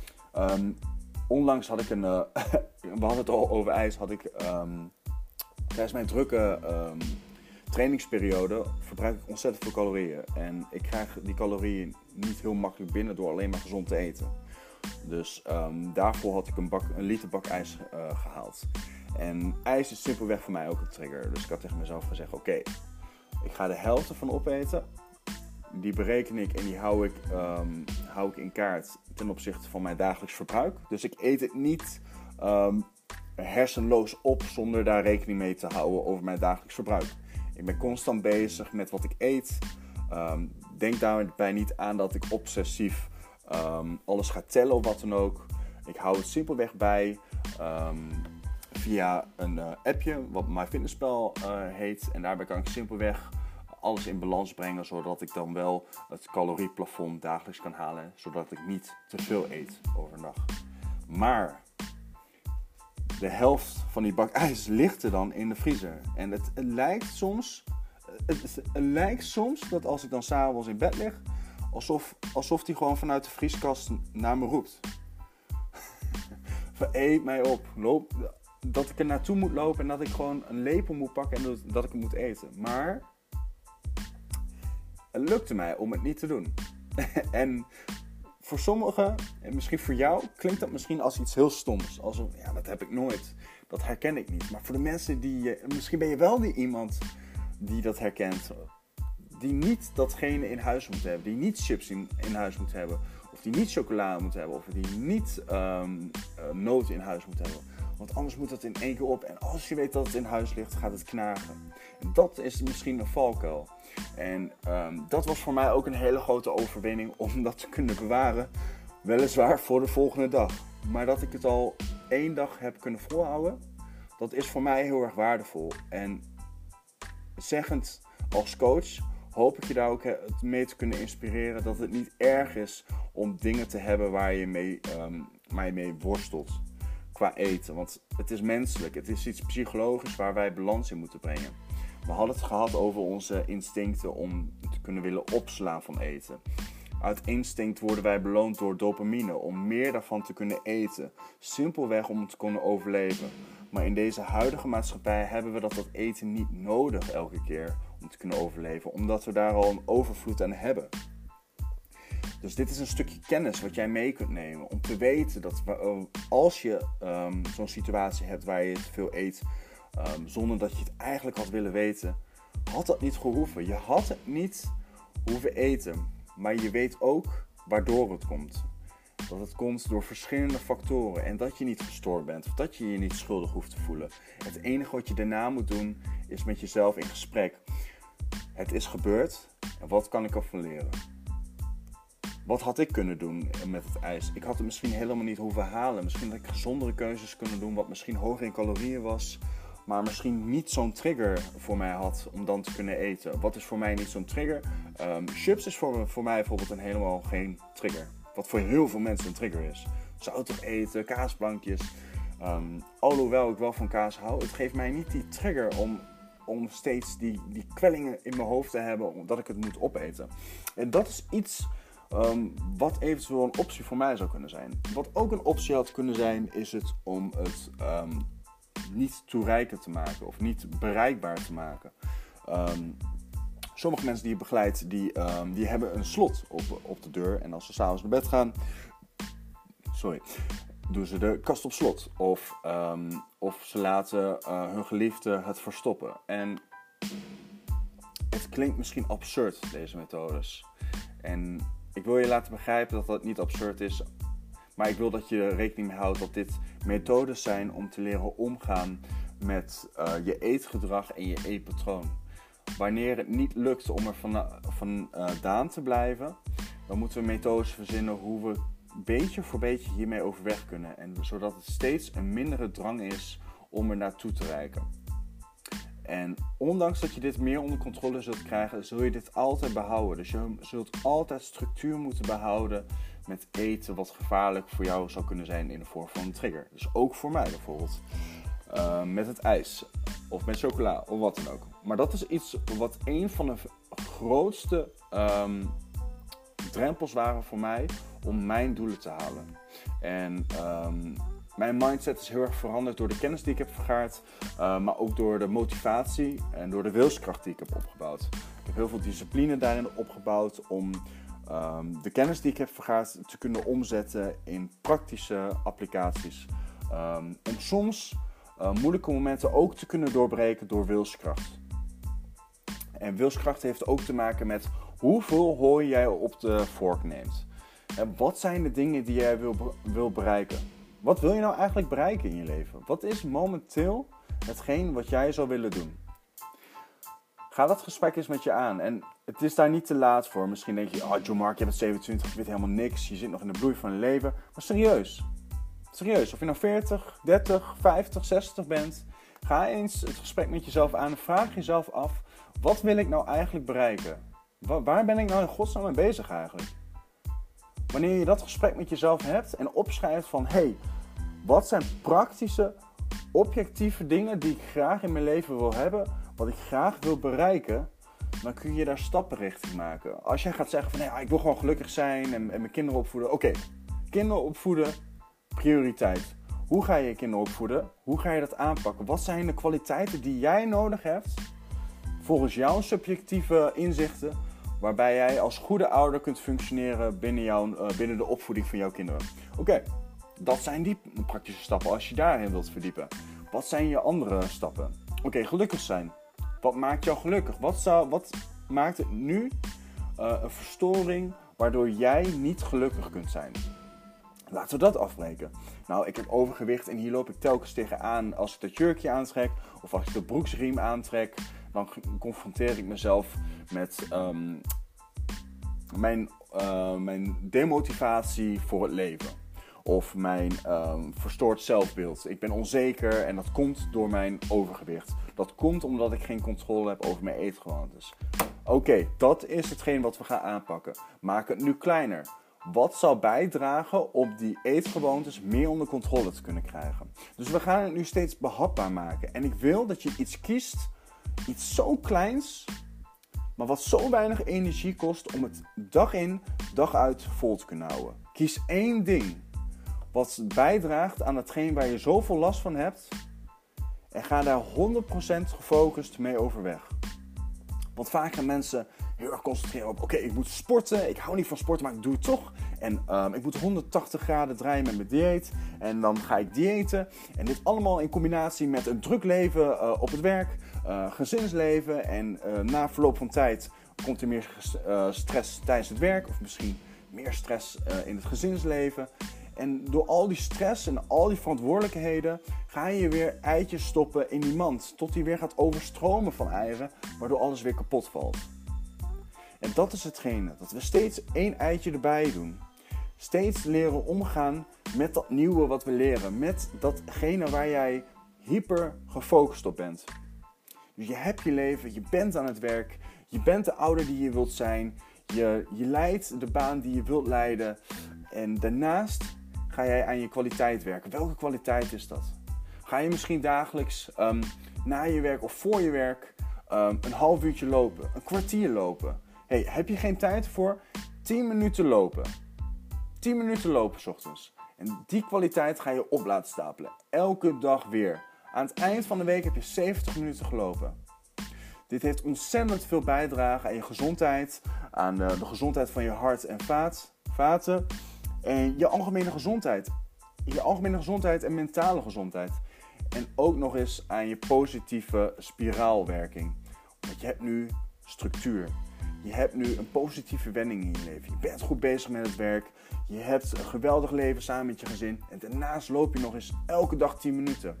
Onlangs had ik we hadden het al over ijs, tijdens mijn drukke trainingsperiode verbruik ik ontzettend veel calorieën. En ik krijg die calorieën niet heel makkelijk binnen door alleen maar gezond te eten. Dus daarvoor had ik een liter bak ijs gehaald. En ijs is simpelweg voor mij ook een trigger. Dus ik had tegen mezelf gezegd, oké, ik ga de helft ervan opeten. Die bereken ik en die hou ik in kaart ten opzichte van mijn dagelijks verbruik. Dus ik eet het niet hersenloos op zonder daar rekening mee te houden over mijn dagelijks verbruik. Ik ben constant bezig met wat ik eet. Denk daarbij niet aan dat ik obsessief alles ga tellen of wat dan ook. Ik hou het simpelweg bij via een appje wat MyFitnessPal heet. En daarbij kan ik simpelweg alles in balans brengen, zodat ik dan wel het calorieplafond dagelijks kan halen, zodat ik niet te veel eet overdag. Maar de helft van die bak ijs ligt er dan in de vriezer. En het lijkt soms dat als ik dan 's avonds in bed lig, alsof die gewoon vanuit de vrieskast naar me roept. Eet mij op. Dat ik er naartoe moet lopen en dat ik gewoon een lepel moet pakken en dat ik het moet eten. Maar het lukte mij om het niet te doen. En voor sommigen, en misschien voor jou, klinkt dat misschien als iets heel stoms. Alsof, ja, dat heb ik nooit. Dat herken ik niet. Maar voor de mensen misschien ben je wel iemand die dat herkent. Die niet datgene in huis moet hebben. Die niet chips in huis moet hebben. Of die niet chocola moet hebben. Of die niet noten in huis moet hebben. Want anders moet het in één keer op. En als je weet dat het in huis ligt, gaat het knagen. En dat is misschien een valkuil. En dat was voor mij ook een hele grote overwinning om dat te kunnen bewaren. Weliswaar voor de volgende dag. Maar dat ik het al 1 dag heb kunnen volhouden, dat is voor mij heel erg waardevol. En zeggend als coach hoop ik je daar ook mee te kunnen inspireren dat het niet erg is om dingen te hebben waar je mee worstelt qua eten. Want het is menselijk, het is iets psychologisch waar wij balans in moeten brengen. We hadden het gehad over onze instincten om te kunnen willen opslaan van eten. Uit instinct worden wij beloond door dopamine om meer daarvan te kunnen eten. Simpelweg om te kunnen overleven. Maar in deze huidige maatschappij hebben we dat eten niet nodig elke keer om te kunnen overleven. Omdat we daar al een overvloed aan hebben. Dus dit is een stukje kennis wat jij mee kunt nemen. Om te weten dat als je zo'n situatie hebt waar je te veel eet, zonder dat je het eigenlijk had willen weten, had dat niet gehoeven. Je had het niet hoeven eten. Maar je weet ook waardoor het komt. Dat het komt door verschillende factoren. En dat je niet gestoord bent. Of dat je je niet schuldig hoeft te voelen. Het enige wat je daarna moet doen is met jezelf in gesprek. Het is gebeurd en wat kan ik ervan leren? Wat had ik kunnen doen met het ijs? Ik had het misschien helemaal niet hoeven halen. Misschien had ik gezondere keuzes kunnen doen, wat misschien hoger in calorieën was, maar misschien niet zo'n trigger voor mij had om dan te kunnen eten. Wat is voor mij niet zo'n trigger? Chips is voor mij bijvoorbeeld helemaal geen trigger. Wat voor heel veel mensen een trigger is. Zoutig eten, kaasplankjes. Alhoewel ik wel van kaas hou, het geeft mij niet die trigger om steeds die kwellingen in mijn hoofd te hebben, omdat ik het moet opeten. En dat is iets wat eventueel een optie voor mij zou kunnen zijn. Wat ook een optie had kunnen zijn, is het om het niet toereikend te maken of niet bereikbaar te maken. Sommige mensen die je begeleidt, die hebben een slot op de deur. En als ze 's avonds naar bed gaan, doen ze de kast op slot. Of ze laten hun geliefde het verstoppen. En het klinkt misschien absurd, deze methodes. En ik wil je laten begrijpen dat dat niet absurd is. Maar ik wil dat je rekening mee houdt dat dit methodes zijn om te leren omgaan met je eetgedrag en je eetpatroon. Wanneer het niet lukt om er vandaan te blijven, dan moeten we methodes verzinnen hoe we beetje voor beetje hiermee overweg kunnen. En zodat het steeds een mindere drang is om er naartoe te reiken. En ondanks dat je dit meer onder controle zult krijgen, zul je dit altijd behouden. Dus je zult altijd structuur moeten behouden met eten wat gevaarlijk voor jou zou kunnen zijn in de vorm van een trigger. Dus ook voor mij bijvoorbeeld. Met het ijs of met chocola of wat dan ook. Maar dat is iets wat een van de grootste drempels waren voor mij om mijn doelen te halen. En mijn mindset is heel erg veranderd door de kennis die ik heb vergaard, maar ook door de motivatie en door de wilskracht die ik heb opgebouwd. Ik heb heel veel discipline daarin opgebouwd om de kennis die ik heb vergaard te kunnen omzetten in praktische applicaties. Om soms moeilijke momenten ook te kunnen doorbreken door wilskracht. En wilskracht heeft ook te maken met hoeveel hooi jij op de vork neemt. En wat zijn de dingen die jij wil bereiken? Wat wil je nou eigenlijk bereiken in je leven? Wat is momenteel hetgeen wat jij zou willen doen? Ga dat gesprek eens met je aan. En het is daar niet te laat voor. Misschien denk je, John Mark, je bent 27, je weet helemaal niks. Je zit nog in de bloei van je leven. Maar serieus, of je nou 40, 30, 50, 60 bent. Ga eens het gesprek met jezelf aan en vraag jezelf af, wat wil ik nou eigenlijk bereiken? Waar ben ik nou in godsnaam mee bezig eigenlijk? Wanneer je dat gesprek met jezelf hebt en opschrijft van, wat zijn praktische, objectieve dingen die ik graag in mijn leven wil hebben, wat ik graag wil bereiken, dan kun je daar stappen richting maken. Als jij gaat zeggen van, ik wil gewoon gelukkig zijn en mijn kinderen opvoeden. Oké, kinderen opvoeden, prioriteit. Hoe ga je je kinderen opvoeden? Hoe ga je dat aanpakken? Wat zijn de kwaliteiten die jij nodig hebt, volgens jouw subjectieve inzichten, waarbij jij als goede ouder kunt functioneren binnen de opvoeding van jouw kinderen? Oké, dat zijn die praktische stappen als je daarin wilt verdiepen. Wat zijn je andere stappen? Oké, gelukkig zijn. Wat maakt jou gelukkig? Wat maakt het nu een verstoring waardoor jij niet gelukkig kunt zijn? Laten we dat afbreken. Nou, ik heb overgewicht en hier loop ik telkens tegenaan als ik dat jurkje aantrek of als ik de broeksriem aantrek. Dan confronteer ik mezelf met mijn demotivatie voor het leven. Of mijn verstoord zelfbeeld. Ik ben onzeker en dat komt door mijn overgewicht. Dat komt omdat ik geen controle heb over mijn eetgewoontes. Oké, dat is hetgeen wat we gaan aanpakken. Maak het nu kleiner. Wat zal bijdragen om die eetgewoontes meer onder controle te kunnen krijgen? Dus we gaan het nu steeds behapbaar maken. En ik wil dat je iets kiest, iets zo kleins, maar wat zo weinig energie kost om het dag in, dag uit vol te kunnen houden. Kies één ding wat bijdraagt aan hetgeen waar je zoveel last van hebt en ga daar 100% gefocust mee overweg. Want vaak gaan mensen heel erg concentreren op, ik moet sporten, ik hou niet van sporten, maar ik doe het toch. En ik moet 180 graden draaien met mijn dieet en dan ga ik diëten. En dit allemaal in combinatie met een druk leven op het werk, gezinsleven en na verloop van tijd komt er meer stress tijdens het werk of misschien meer stress in het gezinsleven. En door al die stress en al die verantwoordelijkheden ga je weer eitjes stoppen in die mand. Tot die weer gaat overstromen van eieren, waardoor alles weer kapot valt. En dat is hetgene, dat we steeds 1 eitje erbij doen. Steeds leren omgaan met dat nieuwe wat we leren. Met datgene waar jij hyper gefocust op bent. Dus je hebt je leven, je bent aan het werk. Je bent de ouder die je wilt zijn. Je leidt de baan die je wilt leiden. En daarnaast ga jij aan je kwaliteit werken. Welke kwaliteit is dat? Ga je misschien dagelijks na je werk of voor je werk een half uurtje lopen. Een kwartier lopen. Hey, heb je geen tijd voor? 10 minuten lopen. 10 minuten lopen 's ochtends. En die kwaliteit ga je op laten stapelen. Elke dag weer. Aan het eind van de week heb je 70 minuten gelopen. Dit heeft ontzettend veel bijdrage aan je gezondheid. Aan de gezondheid van je hart en vaten. En je algemene gezondheid. Je algemene gezondheid en mentale gezondheid. En ook nog eens aan je positieve spiraalwerking. Want je hebt nu structuur. Je hebt nu een positieve wending in je leven. Je bent goed bezig met het werk. Je hebt een geweldig leven samen met je gezin. En daarnaast loop je nog eens elke dag 10 minuten.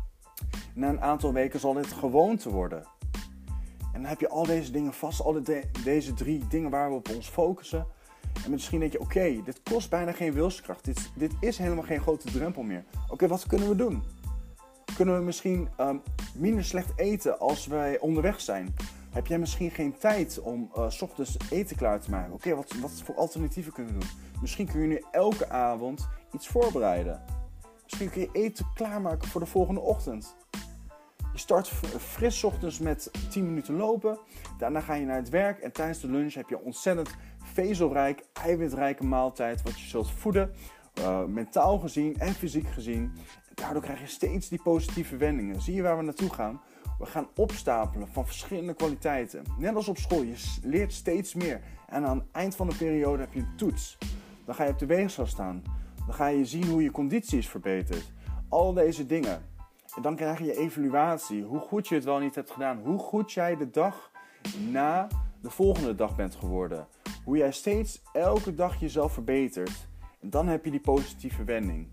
Na een aantal weken zal dit gewoonte worden. En dan heb je al deze dingen vast. Deze 3 dingen waar we op ons focussen. En misschien denk je, oké, dit kost bijna geen wilskracht. Dit is helemaal geen grote drempel meer. Oké, wat kunnen we doen? Kunnen we misschien minder slecht eten als wij onderweg zijn? Heb jij misschien geen tijd om 's ochtends eten klaar te maken? Oké, wat voor alternatieven kunnen we doen? Misschien kun je nu elke avond iets voorbereiden. Misschien kun je eten klaarmaken voor de volgende ochtend. Je start fris 's ochtends met 10 minuten lopen. Daarna ga je naar het werk. En tijdens de lunch heb je een ontzettend vezelrijk, eiwitrijke maaltijd. Wat je zult voeden. Mentaal gezien en fysiek gezien. Daardoor krijg je steeds die positieve wendingen. Zie je waar we naartoe gaan? We gaan opstapelen van verschillende kwaliteiten. Net als op school, je leert steeds meer. En aan het eind van de periode heb je een toets. Dan ga je op de weegschaal staan. Dan ga je zien hoe je conditie is verbeterd. Al deze dingen. En dan krijg je je evaluatie. Hoe goed je het wel niet hebt gedaan. Hoe goed jij de dag na de volgende dag bent geworden. Hoe jij steeds elke dag jezelf verbetert. En dan heb je die positieve wending.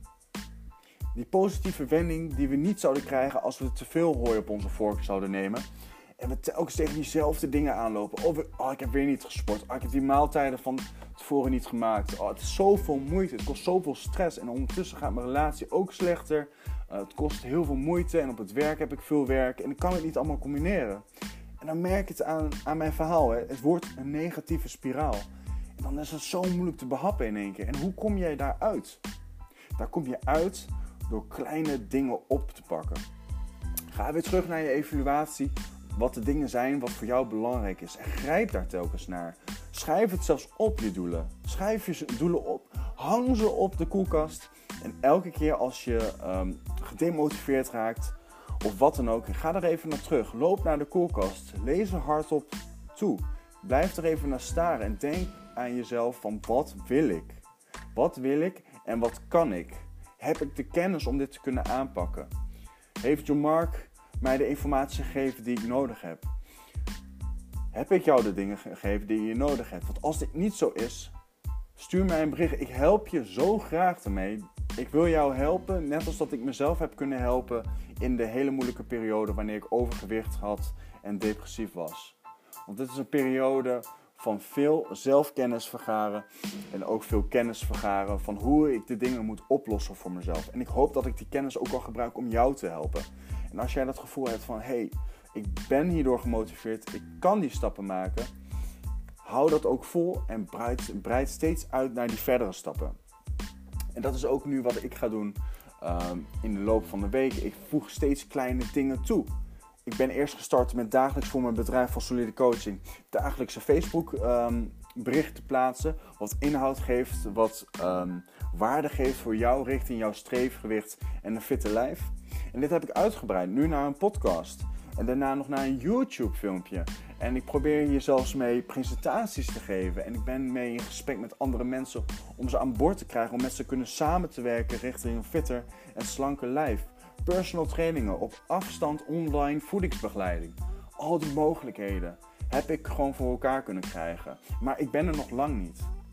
Die positieve wending die we niet zouden krijgen als we te veel hooi op onze vork zouden nemen. En we telkens tegen diezelfde dingen aanlopen. Oh, ik heb weer niet gesport. Oh, ik heb die maaltijden van tevoren niet gemaakt. Oh, het is zoveel moeite. Het kost zoveel stress. En ondertussen gaat mijn relatie ook slechter. Het kost heel veel moeite. En op het werk heb ik veel werk. En ik kan het niet allemaal combineren. En dan merk je het aan mijn verhaal. Hè. Het wordt een negatieve spiraal. En dan is het zo moeilijk te behappen in één keer. En hoe kom jij daaruit? Daar kom je uit door kleine dingen op te pakken. Ga weer terug naar je evaluatie. Wat de dingen zijn wat voor jou belangrijk is. En grijp daar telkens naar. Schrijf het zelfs op, je doelen. Schrijf je doelen op. Hang ze op de koelkast. En elke keer als je gedemotiveerd raakt of wat dan ook, ga er even naar terug. Loop naar de koelkast. Lees er hardop toe. Blijf er even naar staren en denk aan jezelf van wat wil ik? Wat wil ik en wat kan ik? Heb ik de kennis om dit te kunnen aanpakken? Heeft John Mark mij de informatie gegeven die ik nodig heb? Heb ik jou de dingen gegeven die je nodig hebt? Want als dit niet zo is, stuur mij een bericht. Ik help je zo graag ermee. Ik wil jou helpen, net als dat ik mezelf heb kunnen helpen in de hele moeilijke periode wanneer ik overgewicht had en depressief was. Want dit is een periode van veel zelfkennis vergaren en ook veel kennis vergaren van hoe ik de dingen moet oplossen voor mezelf. En ik hoop dat ik die kennis ook kan gebruiken om jou te helpen. En als jij dat gevoel hebt van, hey, ik ben hierdoor gemotiveerd, ik kan die stappen maken, hou dat ook vol en breid steeds uit naar die verdere stappen. En dat is ook nu wat ik ga doen in de loop van de week. Ik voeg steeds kleine dingen toe. Ik ben eerst gestart met dagelijks voor mijn bedrijf van Solide Coaching dagelijkse Facebook berichten te plaatsen. Wat inhoud geeft, wat waarde geeft voor jou richting jouw streefgewicht en een fitte lijf. En dit heb ik uitgebreid nu naar een podcast. En daarna nog naar een YouTube filmpje. En ik probeer hier zelfs mee presentaties te geven. En ik ben mee in gesprek met andere mensen om ze aan boord te krijgen. Om met ze kunnen samen te werken richting een fitter en slanker lijf. Personal trainingen op afstand, online voedingsbegeleiding. Al die mogelijkheden heb ik gewoon voor elkaar kunnen krijgen. Maar ik ben er nog lang niet.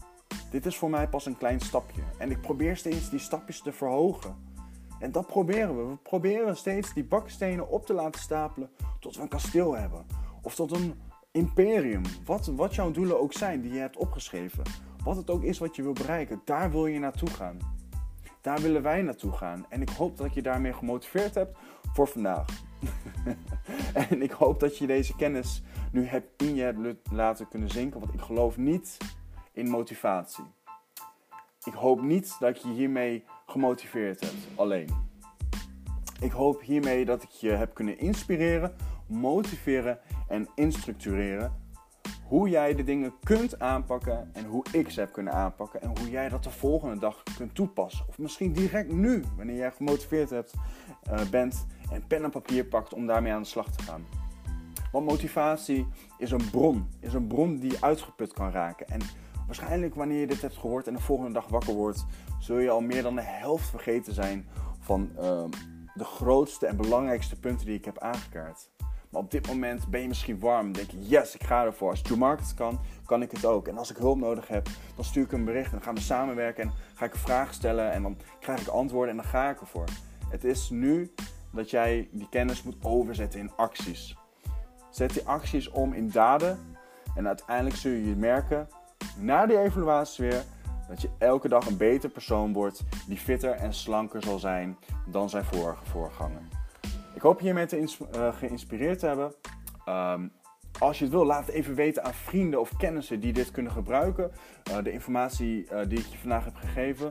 Dit is voor mij pas een klein stapje. En ik probeer steeds die stapjes te verhogen. En dat proberen we. We proberen steeds die bakstenen op te laten stapelen tot we een kasteel hebben. Of tot een imperium. Wat jouw doelen ook zijn die je hebt opgeschreven. Wat het ook is wat je wil bereiken. Daar wil je naartoe gaan. Daar willen wij naartoe gaan. En ik hoop dat ik je daarmee gemotiveerd hebt voor vandaag. En ik hoop dat je deze kennis nu in je hebt laten kunnen zinken. Want ik geloof niet in motivatie. Ik hoop niet dat ik je hiermee gemotiveerd hebt. Alleen. Ik hoop hiermee dat ik je heb kunnen inspireren, motiveren en instructureren. Hoe jij de dingen kunt aanpakken en hoe ik ze heb kunnen aanpakken. En hoe jij dat de volgende dag kunt toepassen. Of misschien direct nu, wanneer jij gemotiveerd bent en pen en papier pakt om daarmee aan de slag te gaan. Want motivatie is een bron die uitgeput kan raken. En waarschijnlijk wanneer je dit hebt gehoord en de volgende dag wakker wordt, zul je al meer dan de helft vergeten zijn van de grootste en belangrijkste punten die ik heb aangekaart. Maar op dit moment ben je misschien warm. Denk je, yes, ik ga ervoor. Als Jean-Marc het kan, kan ik het ook. En als ik hulp nodig heb, dan stuur ik een bericht en dan gaan we samenwerken. En ga ik een vraag stellen en dan krijg ik antwoorden en dan ga ik ervoor. Het is nu dat jij die kennis moet overzetten in acties. Zet die acties om in daden. En uiteindelijk zul je merken, na die evaluatie weer, dat je elke dag een beter persoon wordt die fitter en slanker zal zijn dan zijn vorige voorganger. Ik hoop je hiermee geïnspireerd te hebben. Als je het wil, laat het even weten aan vrienden of kennissen die dit kunnen gebruiken. De informatie die ik je vandaag heb gegeven.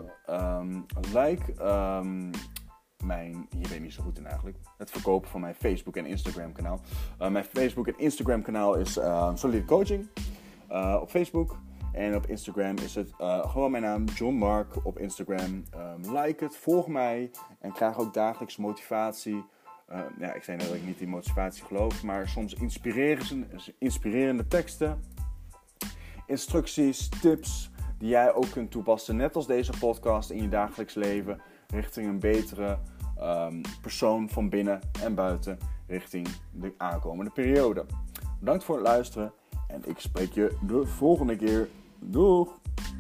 Hier ben ik niet zo goed in eigenlijk. Het verkopen van mijn Facebook en Instagram kanaal. Mijn Facebook en Instagram kanaal is Solide Coaching. Op Facebook. En op Instagram is het gewoon mijn naam, Jean-Marc op Instagram. Like het, volg mij en krijg ook dagelijks motivatie. Ik zei net dat ik niet in motivatie geloof, maar soms inspirerende teksten, instructies, tips die jij ook kunt toepassen. Net als deze podcast in je dagelijks leven richting een betere persoon van binnen en buiten richting de aankomende periode. Bedankt voor het luisteren en ik spreek je de volgende keer. Doeg!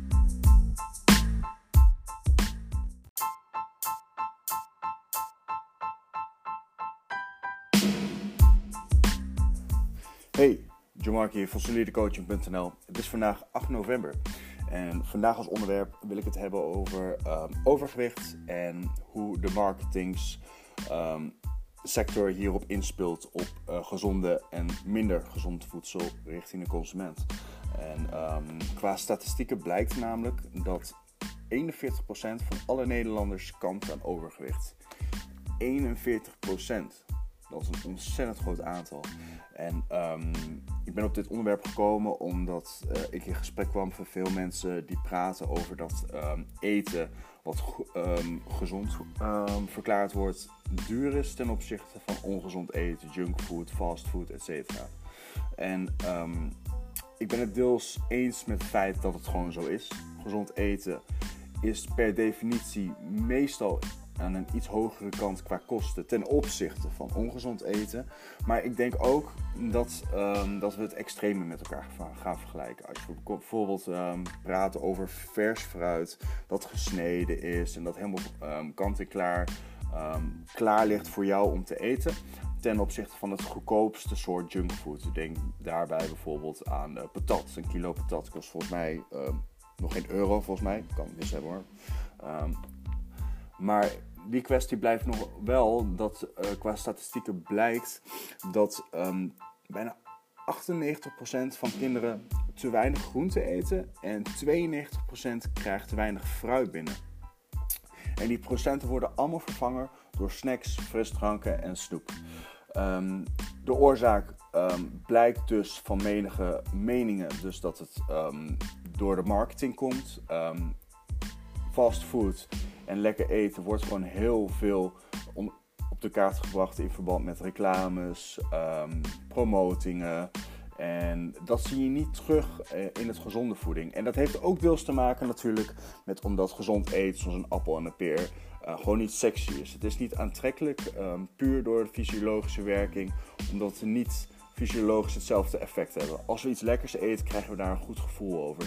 Hey, Jean-Marc hier van solidecoaching.nl. Het is vandaag 8 november en vandaag als onderwerp wil ik het hebben over overgewicht en hoe de marketingssector hierop inspeelt op gezonde en minder gezond voedsel richting de consument. En qua statistieken blijkt namelijk dat 41% van alle Nederlanders kampt aan overgewicht. 41%. Dat is een ontzettend groot aantal. En ik ben op dit onderwerp gekomen omdat ik in gesprek kwam van veel mensen die praten over dat eten wat gezond verklaard wordt duur is ten opzichte van ongezond eten, junkfood, fastfood, etc. En ik ben het deels eens met het feit dat het gewoon zo is. Gezond eten is per definitie meestal aan een iets hogere kant qua kosten ten opzichte van ongezond eten. Maar ik denk ook dat we het extreme met elkaar gaan vergelijken. Als je bijvoorbeeld praat over vers fruit dat gesneden is en dat helemaal kant en klaar ligt voor jou om te eten. Ten opzichte van het goedkoopste soort junkfood. Denk daarbij bijvoorbeeld aan patat. Een kilo patat kost volgens mij nog geen euro volgens mij. Kan het mis hebben hoor. Maar die kwestie blijft nog wel dat qua statistieken blijkt dat bijna 98% van kinderen te weinig groente eten en 92% krijgt te weinig fruit binnen. En die procenten worden allemaal vervangen door snacks, frisdranken en snoep. De oorzaak blijkt dus van menige meningen, dus dat het door de marketing komt. Fastfood en lekker eten wordt gewoon heel veel op de kaart gebracht in verband met reclames, promotingen. En dat zie je niet terug in het gezonde voeding. En dat heeft ook deels te maken natuurlijk met omdat gezond eten, zoals een appel en een peer, gewoon niet sexy is. Het is niet aantrekkelijk, puur door de fysiologische werking, omdat we niet fysiologisch hetzelfde effect hebben. Als we iets lekkers eten, krijgen we daar een goed gevoel over.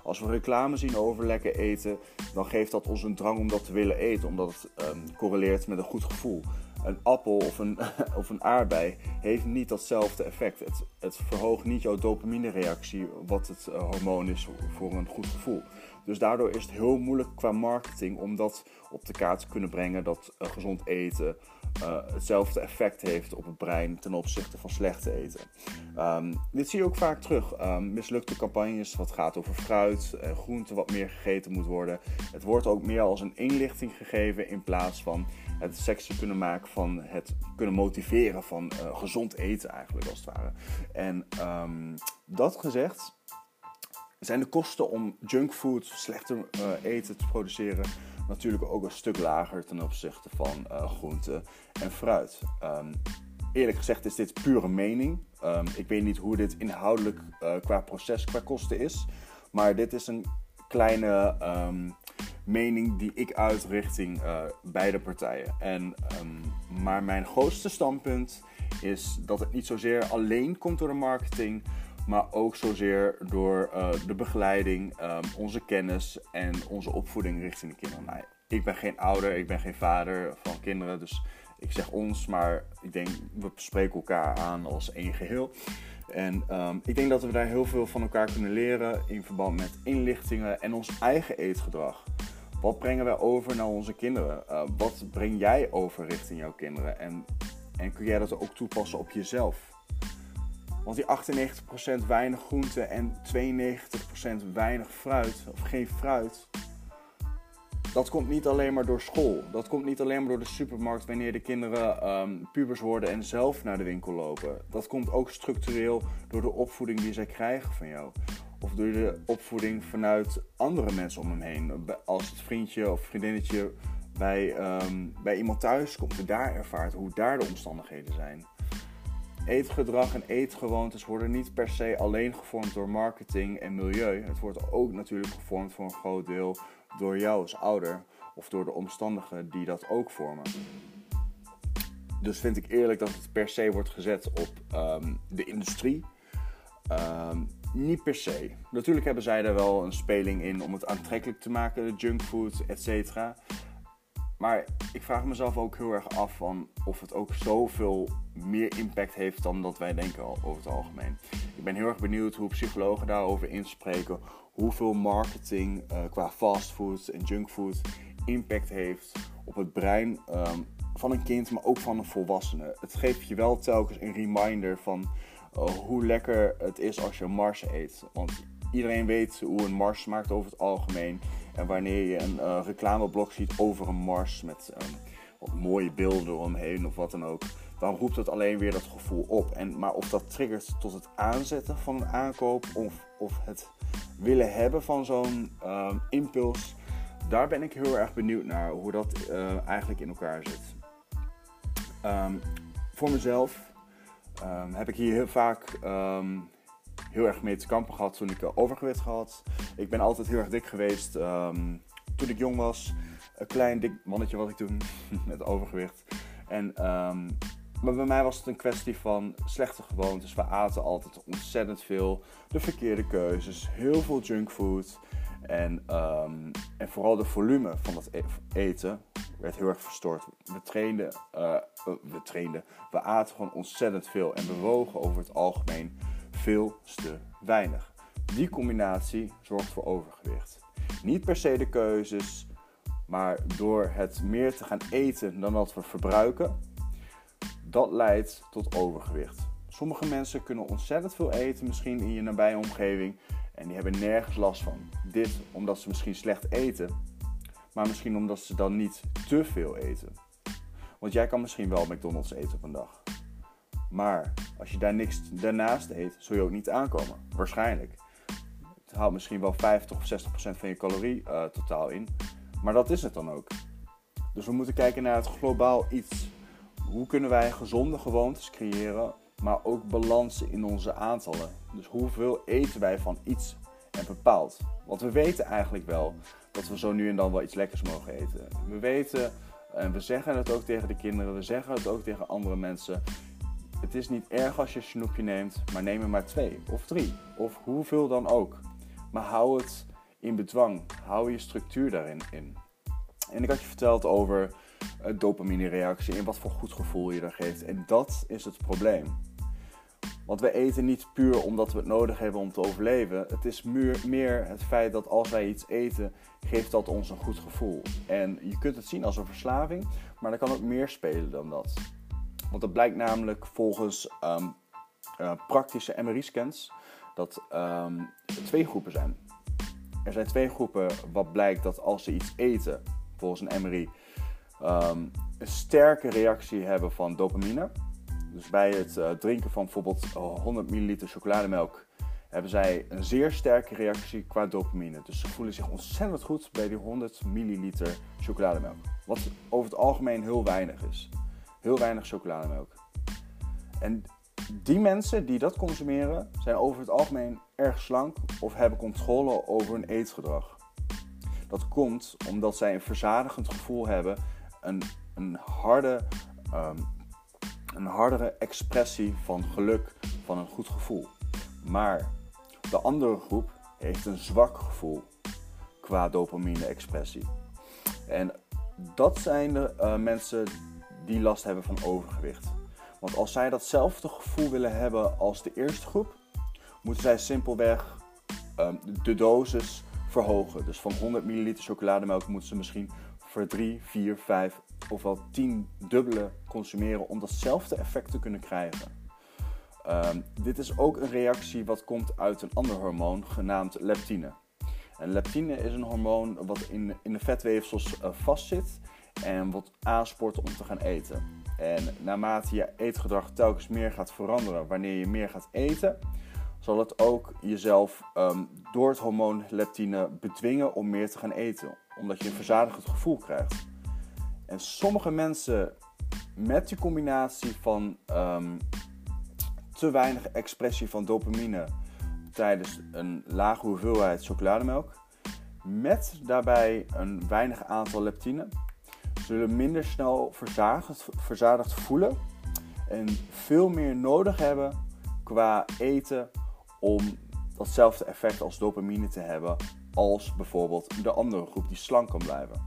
Als we reclame zien over lekker eten, dan geeft dat ons een drang om dat te willen eten, omdat het correleert met een goed gevoel. Een appel of een aardbei heeft niet datzelfde effect. Het verhoogt niet jouw dopamine-reactie, wat het hormoon is voor een goed gevoel. Dus daardoor is het heel moeilijk qua marketing om dat op de kaart te kunnen brengen, dat gezond eten hetzelfde effect heeft op het brein ten opzichte van slechte eten. Dit zie je ook vaak terug. Mislukte campagnes wat gaat over fruit, groente wat meer gegeten moet worden. Het wordt ook meer als een inlichting gegeven in plaats van het sexy kunnen maken van het kunnen motiveren van gezond eten eigenlijk als het ware. En dat gezegd zijn de kosten om junkfood, slechte eten te produceren natuurlijk ook een stuk lager ten opzichte van groente en fruit. Eerlijk gezegd is dit pure mening. Ik weet niet hoe dit inhoudelijk qua proces, qua kosten is. Maar dit is een kleine mening die ik uit richting beide partijen. Maar mijn grootste standpunt is dat het niet zozeer alleen komt door de marketing, maar ook zozeer door de begeleiding, onze kennis en onze opvoeding richting de kinderen. Nou, ik ben geen ouder, ik ben geen vader van kinderen, dus ik zeg ons, maar ik denk we spreken elkaar aan als één geheel. En ik denk dat we daar heel veel van elkaar kunnen leren in verband met inlichtingen en ons eigen eetgedrag. Wat brengen wij over naar onze kinderen? Wat breng jij over richting jouw kinderen? En kun jij dat ook toepassen op jezelf? Want die 98% weinig groente en 92% weinig fruit, of geen fruit, dat komt niet alleen maar door school. Dat komt niet alleen maar door de supermarkt wanneer de kinderen pubers worden en zelf naar de winkel lopen. Dat komt ook structureel door de opvoeding die zij krijgen van jou. Of door de opvoeding vanuit andere mensen om hem heen. Als het vriendje of vriendinnetje bij iemand thuis komt en daar ervaart hoe daar de omstandigheden zijn. Eetgedrag en eetgewoontes worden niet per se alleen gevormd door marketing en milieu. Het wordt ook natuurlijk gevormd voor een groot deel door jou als ouder of door de omstandigen die dat ook vormen. Dus vind ik eerlijk dat het per se wordt gezet op de industrie. Niet per se. Natuurlijk hebben zij er wel een speling in om het aantrekkelijk te maken, de junkfood, etc. Maar ik vraag mezelf ook heel erg af van of het ook zoveel meer impact heeft dan dat wij denken over het algemeen. Ik ben heel erg benieuwd hoe psychologen daarover inspreken. Hoeveel marketing qua fastfood en junkfood impact heeft op het brein van een kind, maar ook van een volwassene. Het geeft je wel telkens een reminder van hoe lekker het is als je Mars eet. Want iedereen weet hoe een Mars smaakt over het algemeen. En wanneer je een reclameblok ziet over een Mars met wat mooie beelden eromheen of wat dan ook, dan roept het alleen weer dat gevoel op. Maar of dat triggert tot het aanzetten van een aankoop of het willen hebben van zo'n impuls, daar ben ik heel erg benieuwd naar hoe dat eigenlijk in elkaar zit. Voor mezelf heb ik hier heel vaak heel erg mee te kampen gehad toen ik overgewicht had. Ik ben altijd heel erg dik geweest toen ik jong was. Een klein dik mannetje was ik toen met overgewicht. Maar bij mij was het een kwestie van slechte gewoontes. We aten altijd ontzettend veel. De verkeerde keuzes, heel veel junkfood. En vooral de volume van het eten werd heel erg verstoord. We aten gewoon ontzettend veel en we wogen over het algemeen veel te weinig. Die combinatie zorgt voor overgewicht. Niet per se de keuzes, maar door het meer te gaan eten dan dat we verbruiken, dat leidt tot overgewicht. Sommige mensen kunnen ontzettend veel eten, misschien in je nabije omgeving, en die hebben nergens last van. Dit omdat ze misschien slecht eten, maar misschien omdat ze dan niet te veel eten. Want jij kan misschien wel McDonald's eten op een dag. Maar als je daar niks daarnaast eet, zul je ook niet aankomen. Waarschijnlijk. Het haalt misschien wel 50 of 60% van je calorie totaal in. Maar dat is het dan ook. Dus we moeten kijken naar het globaal iets. Hoe kunnen wij gezonde gewoontes creëren, maar ook balansen in onze aantallen. Dus hoeveel eten wij van iets en bepaald. Want we weten eigenlijk wel dat we zo nu en dan wel iets lekkers mogen eten. We weten, en we zeggen het ook tegen de kinderen, we zeggen het ook tegen andere mensen. Het is niet erg als je een snoepje neemt, maar neem er maar 2 of 3 of hoeveel dan ook. Maar hou het in bedwang. Hou je structuur daarin in. En ik had je verteld over dopamine-reactie en wat voor goed gevoel je er geeft. En dat is het probleem. Want we eten niet puur omdat we het nodig hebben om te overleven. Het is meer het feit dat als wij iets eten, geeft dat ons een goed gevoel. En je kunt het zien als een verslaving, maar er kan ook meer spelen dan dat. Want het blijkt namelijk volgens praktische MRI-scans dat er 2 groepen zijn. Er zijn 2 groepen wat blijkt dat als ze iets eten, volgens een MRI, een sterke reactie hebben van dopamine. Dus bij het drinken van bijvoorbeeld 100 milliliter chocolademelk hebben zij een zeer sterke reactie qua dopamine. Dus ze voelen zich ontzettend goed bij die 100 milliliter chocolademelk. Wat over het algemeen heel weinig is. Heel weinig chocolademelk. En die mensen die dat consumeren zijn over het algemeen erg slank of hebben controle over hun eetgedrag. Dat komt omdat zij een verzadigend gevoel hebben, een hardere expressie van geluk, van een goed gevoel. Maar de andere groep heeft een zwak gevoel qua dopamine-expressie. En dat zijn de mensen die last hebben van overgewicht. Want als zij datzelfde gevoel willen hebben als de eerste groep, moeten zij simpelweg de dosis verhogen. Dus van 100 milliliter chocolademelk moeten ze misschien voor 3, 4, 5 of wel 10 dubbele consumeren om datzelfde effect te kunnen krijgen. Dit is ook een reactie wat komt uit een ander hormoon genaamd leptine. En leptine is een hormoon wat in de vetweefsels vastzit en wat aanspoort om te gaan eten. En naarmate je eetgedrag telkens meer gaat veranderen wanneer je meer gaat eten, zal het ook jezelf door het hormoon leptine bedwingen om meer te gaan eten. Omdat je een verzadigend gevoel krijgt. En sommige mensen met die combinatie van te weinig expressie van dopamine tijdens een lage hoeveelheid chocolademelk, met daarbij een weinig aantal leptine, zullen minder snel verzadigd voelen en veel meer nodig hebben qua eten om datzelfde effect als dopamine te hebben als bijvoorbeeld de andere groep die slank kan blijven.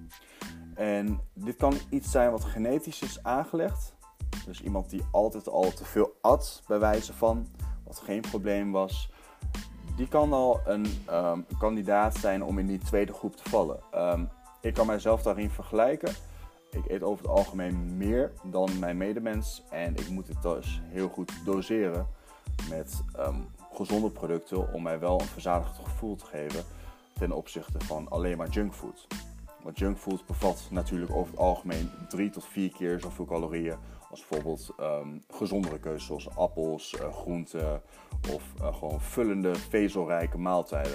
En dit kan iets zijn wat genetisch is aangelegd. Dus iemand die altijd al te veel at, bij wijze van, wat geen probleem was. Die kan al een kandidaat zijn om in die tweede groep te vallen. Ik kan mijzelf daarin vergelijken. Ik eet over het algemeen meer dan mijn medemens. En ik moet het dus heel goed doseren met gezonde producten om mij wel een verzadigd gevoel te geven ten opzichte van alleen maar junkfood. Want junkfood bevat natuurlijk over het algemeen 3 tot 4 keer zoveel calorieën als bijvoorbeeld gezondere keuzes zoals appels, groenten of gewoon vullende, vezelrijke maaltijden.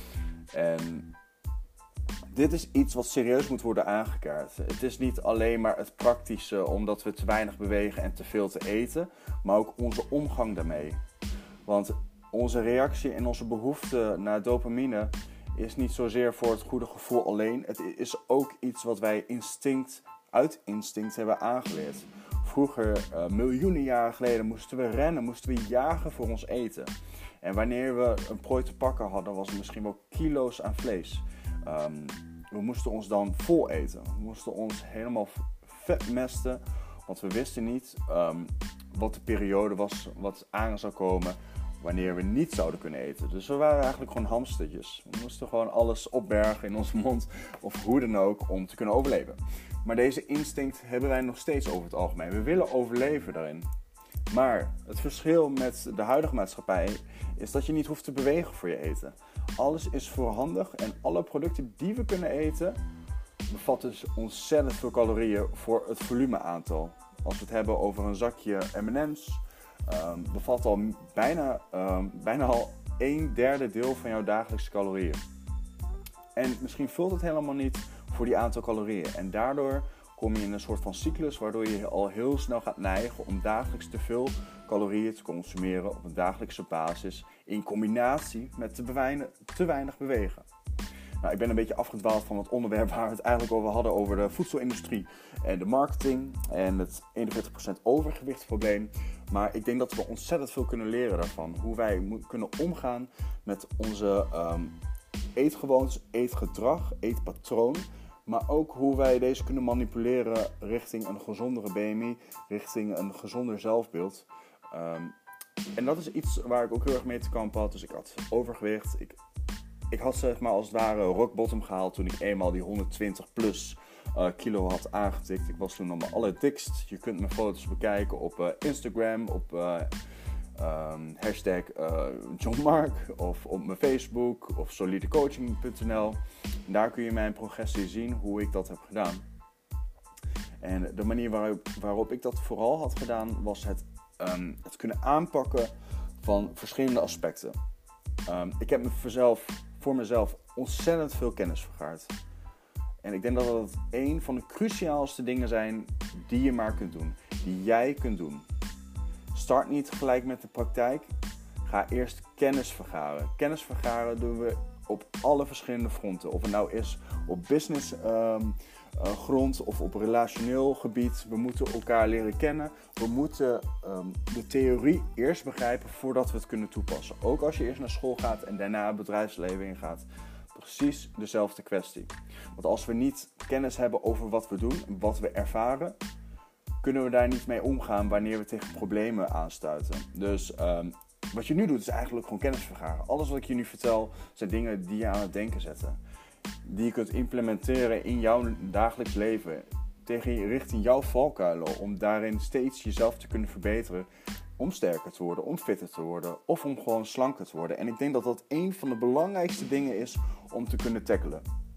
En dit is iets wat serieus moet worden aangekaart. Het is niet alleen maar het praktische omdat we te weinig bewegen en te veel te eten, maar ook onze omgang daarmee. Want onze reactie en onze behoefte naar dopamine is niet zozeer voor het goede gevoel alleen. Het is ook iets wat wij uit instinct hebben aangeleerd. Vroeger, miljoenen jaren geleden, moesten we rennen, moesten we jagen voor ons eten. En wanneer we een prooi te pakken hadden, was het misschien wel kilo's aan vlees. We moesten ons dan vol eten. We moesten ons helemaal vetmesten, want we wisten niet wat de periode was wat aan zou komen wanneer we niet zouden kunnen eten. Dus we waren eigenlijk gewoon hamstertjes. We moesten gewoon alles opbergen in onze mond of hoe dan ook om te kunnen overleven. Maar deze instinct hebben wij nog steeds over het algemeen. We willen overleven daarin. Maar het verschil met de huidige maatschappij is dat je niet hoeft te bewegen voor je eten. Alles is voorhandig en alle producten die we kunnen eten bevatten dus ontzettend veel calorieën voor het volumeaantal. Als we het hebben over een zakje M&M's, bevat al bijna al 1/3 deel van jouw dagelijkse calorieën. En misschien vult het helemaal niet voor die aantal calorieën. En daardoor kom je in een soort van cyclus waardoor je al heel snel gaat neigen om dagelijks te veel calorieën te consumeren op een dagelijkse basis in combinatie met te weinig bewegen. Nou, ik ben een beetje afgedwaald van het onderwerp waar we het eigenlijk over hadden, over de voedselindustrie en de marketing en het 41% overgewichtsprobleem. Maar ik denk dat we ontzettend veel kunnen leren daarvan. Hoe wij kunnen omgaan met onze eetgewoontes, eetgedrag, eetpatroon. Maar ook hoe wij deze kunnen manipuleren richting een gezondere BMI, richting een gezonder zelfbeeld. En dat is iets waar ik ook heel erg mee te kampen had. Dus ik had overgewicht. Ik had zeg maar als het ware rock bottom gehaald toen ik eenmaal die 120 plus kilo had aangetikt. Ik was toen nog maar allerdikst. Je kunt mijn foto's bekijken op Instagram, op hashtag John Mark of op mijn Facebook of solidecoaching.nl. Daar kun je mijn progressie zien, hoe ik dat heb gedaan. En de manier waarop ik dat vooral had gedaan was het kunnen aanpakken van verschillende aspecten. Ik heb voor mezelf ontzettend veel kennis vergaard. En ik denk dat dat een van de cruciaalste dingen zijn die je maar kunt doen. Die jij kunt doen. Start niet gelijk met de praktijk. Ga eerst kennis vergaren. Kennis vergaren doen we op alle verschillende fronten. Of het nou is op business grond of op relationeel gebied. We moeten elkaar leren kennen. We moeten de theorie eerst begrijpen voordat we het kunnen toepassen. Ook als je eerst naar school gaat en daarna het bedrijfsleven ingaat. Precies dezelfde kwestie. Want als we niet kennis hebben over wat we doen, wat we ervaren, kunnen we daar niet mee omgaan wanneer we tegen problemen aanstuiten. Dus wat je nu doet is eigenlijk gewoon kennis vergaren. Alles wat ik je nu vertel zijn dingen die je aan het denken zetten. Die je kunt implementeren in jouw dagelijks leven. Richting jouw valkuilen. Om daarin steeds jezelf te kunnen verbeteren. Om sterker te worden, om fitter te worden. Of om gewoon slanker te worden. En ik denk dat dat een van de belangrijkste dingen is om te kunnen tackelen.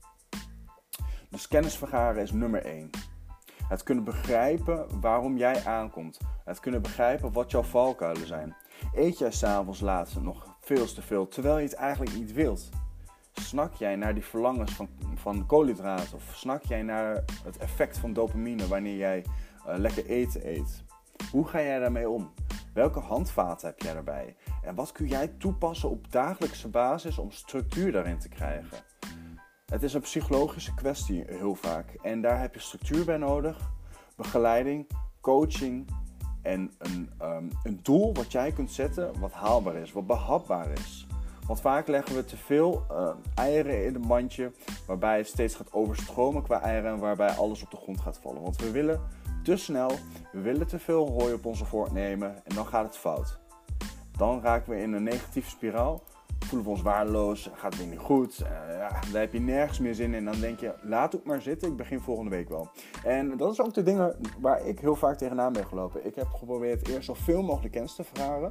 Dus kennis vergaren is nummer 1. Het kunnen begrijpen waarom jij aankomt. Het kunnen begrijpen wat jouw valkuilen zijn. Eet jij 's avonds laat nog veel te veel, terwijl je het eigenlijk niet wilt? Snak jij naar die verlangens van koolhydraten? Of snak jij naar het effect van dopamine wanneer jij lekker eten eet? Hoe ga jij daarmee om? Welke handvaten heb jij daarbij? En wat kun jij toepassen op dagelijkse basis om structuur daarin te krijgen? Het is een psychologische kwestie heel vaak. En daar heb je structuur bij nodig, begeleiding, coaching en een doel wat jij kunt zetten wat haalbaar is, wat behapbaar is. Want vaak leggen we te veel eieren in een mandje waarbij het steeds gaat overstromen qua eieren en waarbij alles op de grond gaat vallen. Want we willen te snel, we willen te veel hooi op onze vork nemen en dan gaat het fout. Dan raken we in een negatieve spiraal. Voelen we ons waardeloos, gaat het weer niet goed, daar heb je nergens meer zin in. En dan denk je, laat het maar zitten, ik begin volgende week wel. En dat is ook de dingen waar ik heel vaak tegenaan ben gelopen. Ik heb geprobeerd eerst zoveel mogelijk kennis te vergaren.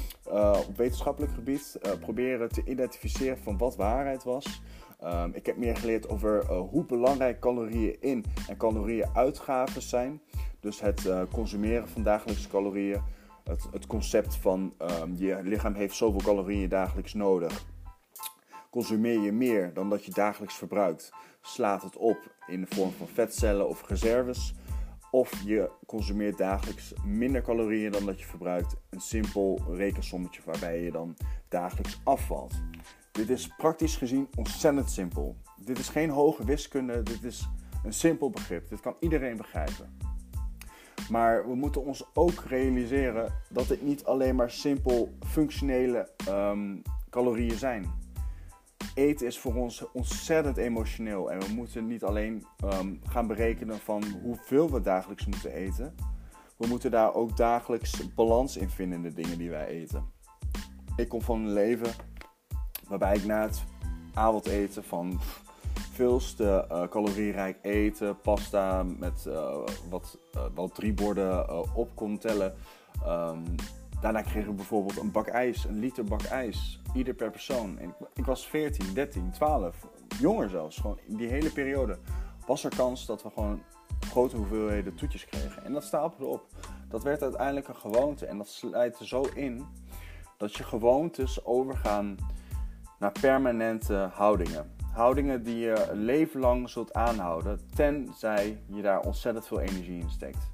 Op wetenschappelijk gebied, proberen te identificeren van wat waarheid was. Ik heb meer geleerd over hoe belangrijk calorieën in en calorieën uitgaven zijn. Dus het consumeren van dagelijkse calorieën. Het concept van je lichaam heeft zoveel calorieën dagelijks nodig. Consumeer je meer dan dat je dagelijks verbruikt, slaat het op in de vorm van vetcellen of reserves. Of je consumeert dagelijks minder calorieën dan dat je verbruikt. Een simpel rekensommetje waarbij je dan dagelijks afvalt. Dit is praktisch gezien ontzettend simpel. Dit is geen hoge wiskunde, dit is een simpel begrip. Dit kan iedereen begrijpen. Maar we moeten ons ook realiseren dat het niet alleen maar simpel functionele calorieën zijn. Eten is voor ons ontzettend emotioneel en we moeten niet alleen gaan berekenen van hoeveel we dagelijks moeten eten. We moeten daar ook dagelijks balans in vinden in de dingen die wij eten. Ik kom van een leven waarbij ik na het avondeten van veelste calorierijk eten, pasta met wel 3 borden op kon tellen. Daarna kregen we bijvoorbeeld een liter bak ijs, ieder per persoon. En ik was 14, 13, 12, jonger zelfs. Gewoon in die hele periode was er kans dat we gewoon grote hoeveelheden toetjes kregen. En dat stapelde op. Dat werd uiteindelijk een gewoonte en dat slijt er zo in dat je gewoontes overgaan naar permanente houdingen. Houdingen die je een leven lang zult aanhouden, tenzij je daar ontzettend veel energie in steekt.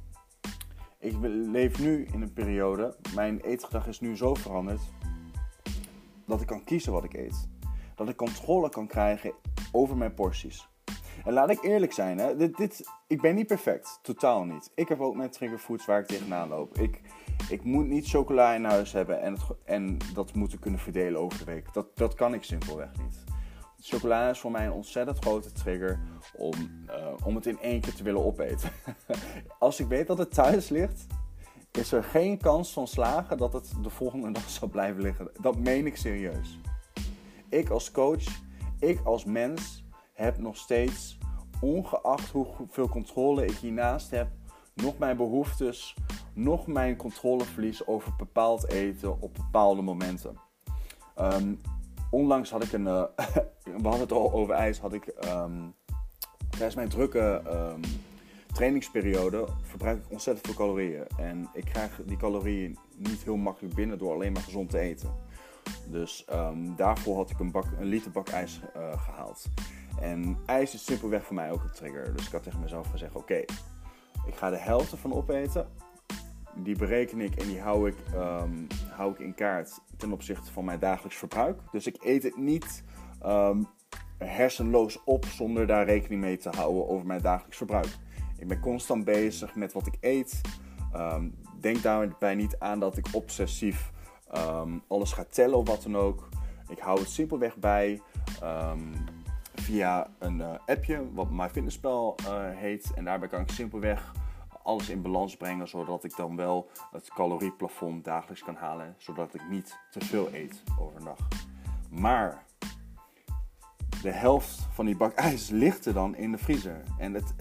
Ik leef nu in een periode, mijn eetgedrag is nu zo veranderd, dat ik kan kiezen wat ik eet. Dat ik controle kan krijgen over mijn porties. En laat ik eerlijk zijn, hè, ik ben niet perfect, totaal niet. Ik heb ook mijn triggerfoods waar ik tegenaan loop. Ik moet niet chocola in huis hebben en dat moeten kunnen verdelen over de week. Dat kan ik simpelweg niet. chocola is voor mij een ontzettend grote trigger om het in één keer te willen opeten. Als ik weet dat het thuis ligt, is er geen kans van slagen dat het de volgende dag zal blijven liggen. Dat meen ik serieus. Ik als coach, ik als mens heb nog steeds, ongeacht hoeveel controle ik hiernaast heb, nog mijn behoeftes, nog mijn controleverlies over bepaald eten op bepaalde momenten. Onlangs had ik we hadden het al over ijs, tijdens mijn drukke trainingsperiode verbruik ik ontzettend veel calorieën. En ik krijg die calorieën niet heel makkelijk binnen door alleen maar gezond te eten. Dus daarvoor had ik een liter bak ijs gehaald. En ijs is simpelweg voor mij ook een trigger. Dus ik had tegen mezelf gezegd, oké, ik ga de helft ervan opeten. Die bereken ik en die hou ik in kaart ten opzichte van mijn dagelijks verbruik. Dus ik eet het niet hersenloos op zonder daar rekening mee te houden over mijn dagelijks verbruik. Ik ben constant bezig met wat ik eet. Denk daarbij niet aan dat ik obsessief alles ga tellen of wat dan ook. Ik hou het simpelweg bij via een appje wat MyFitnessPal heet. En daarbij kan ik simpelweg alles in balans brengen, zodat ik dan wel het calorieplafond dagelijks kan halen, zodat ik niet te veel eet overdag. Maar de helft van die bak ijs ligt er dan in de vriezer. En het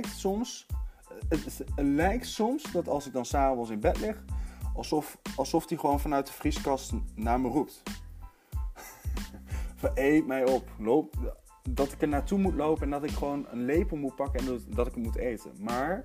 lijkt soms dat als ik dan 's avonds in bed lig, alsof die gewoon vanuit de vrieskast naar me roept. Eet mij op. Dat ik er naartoe moet lopen en dat ik gewoon een lepel moet pakken en dat ik het moet eten. Maar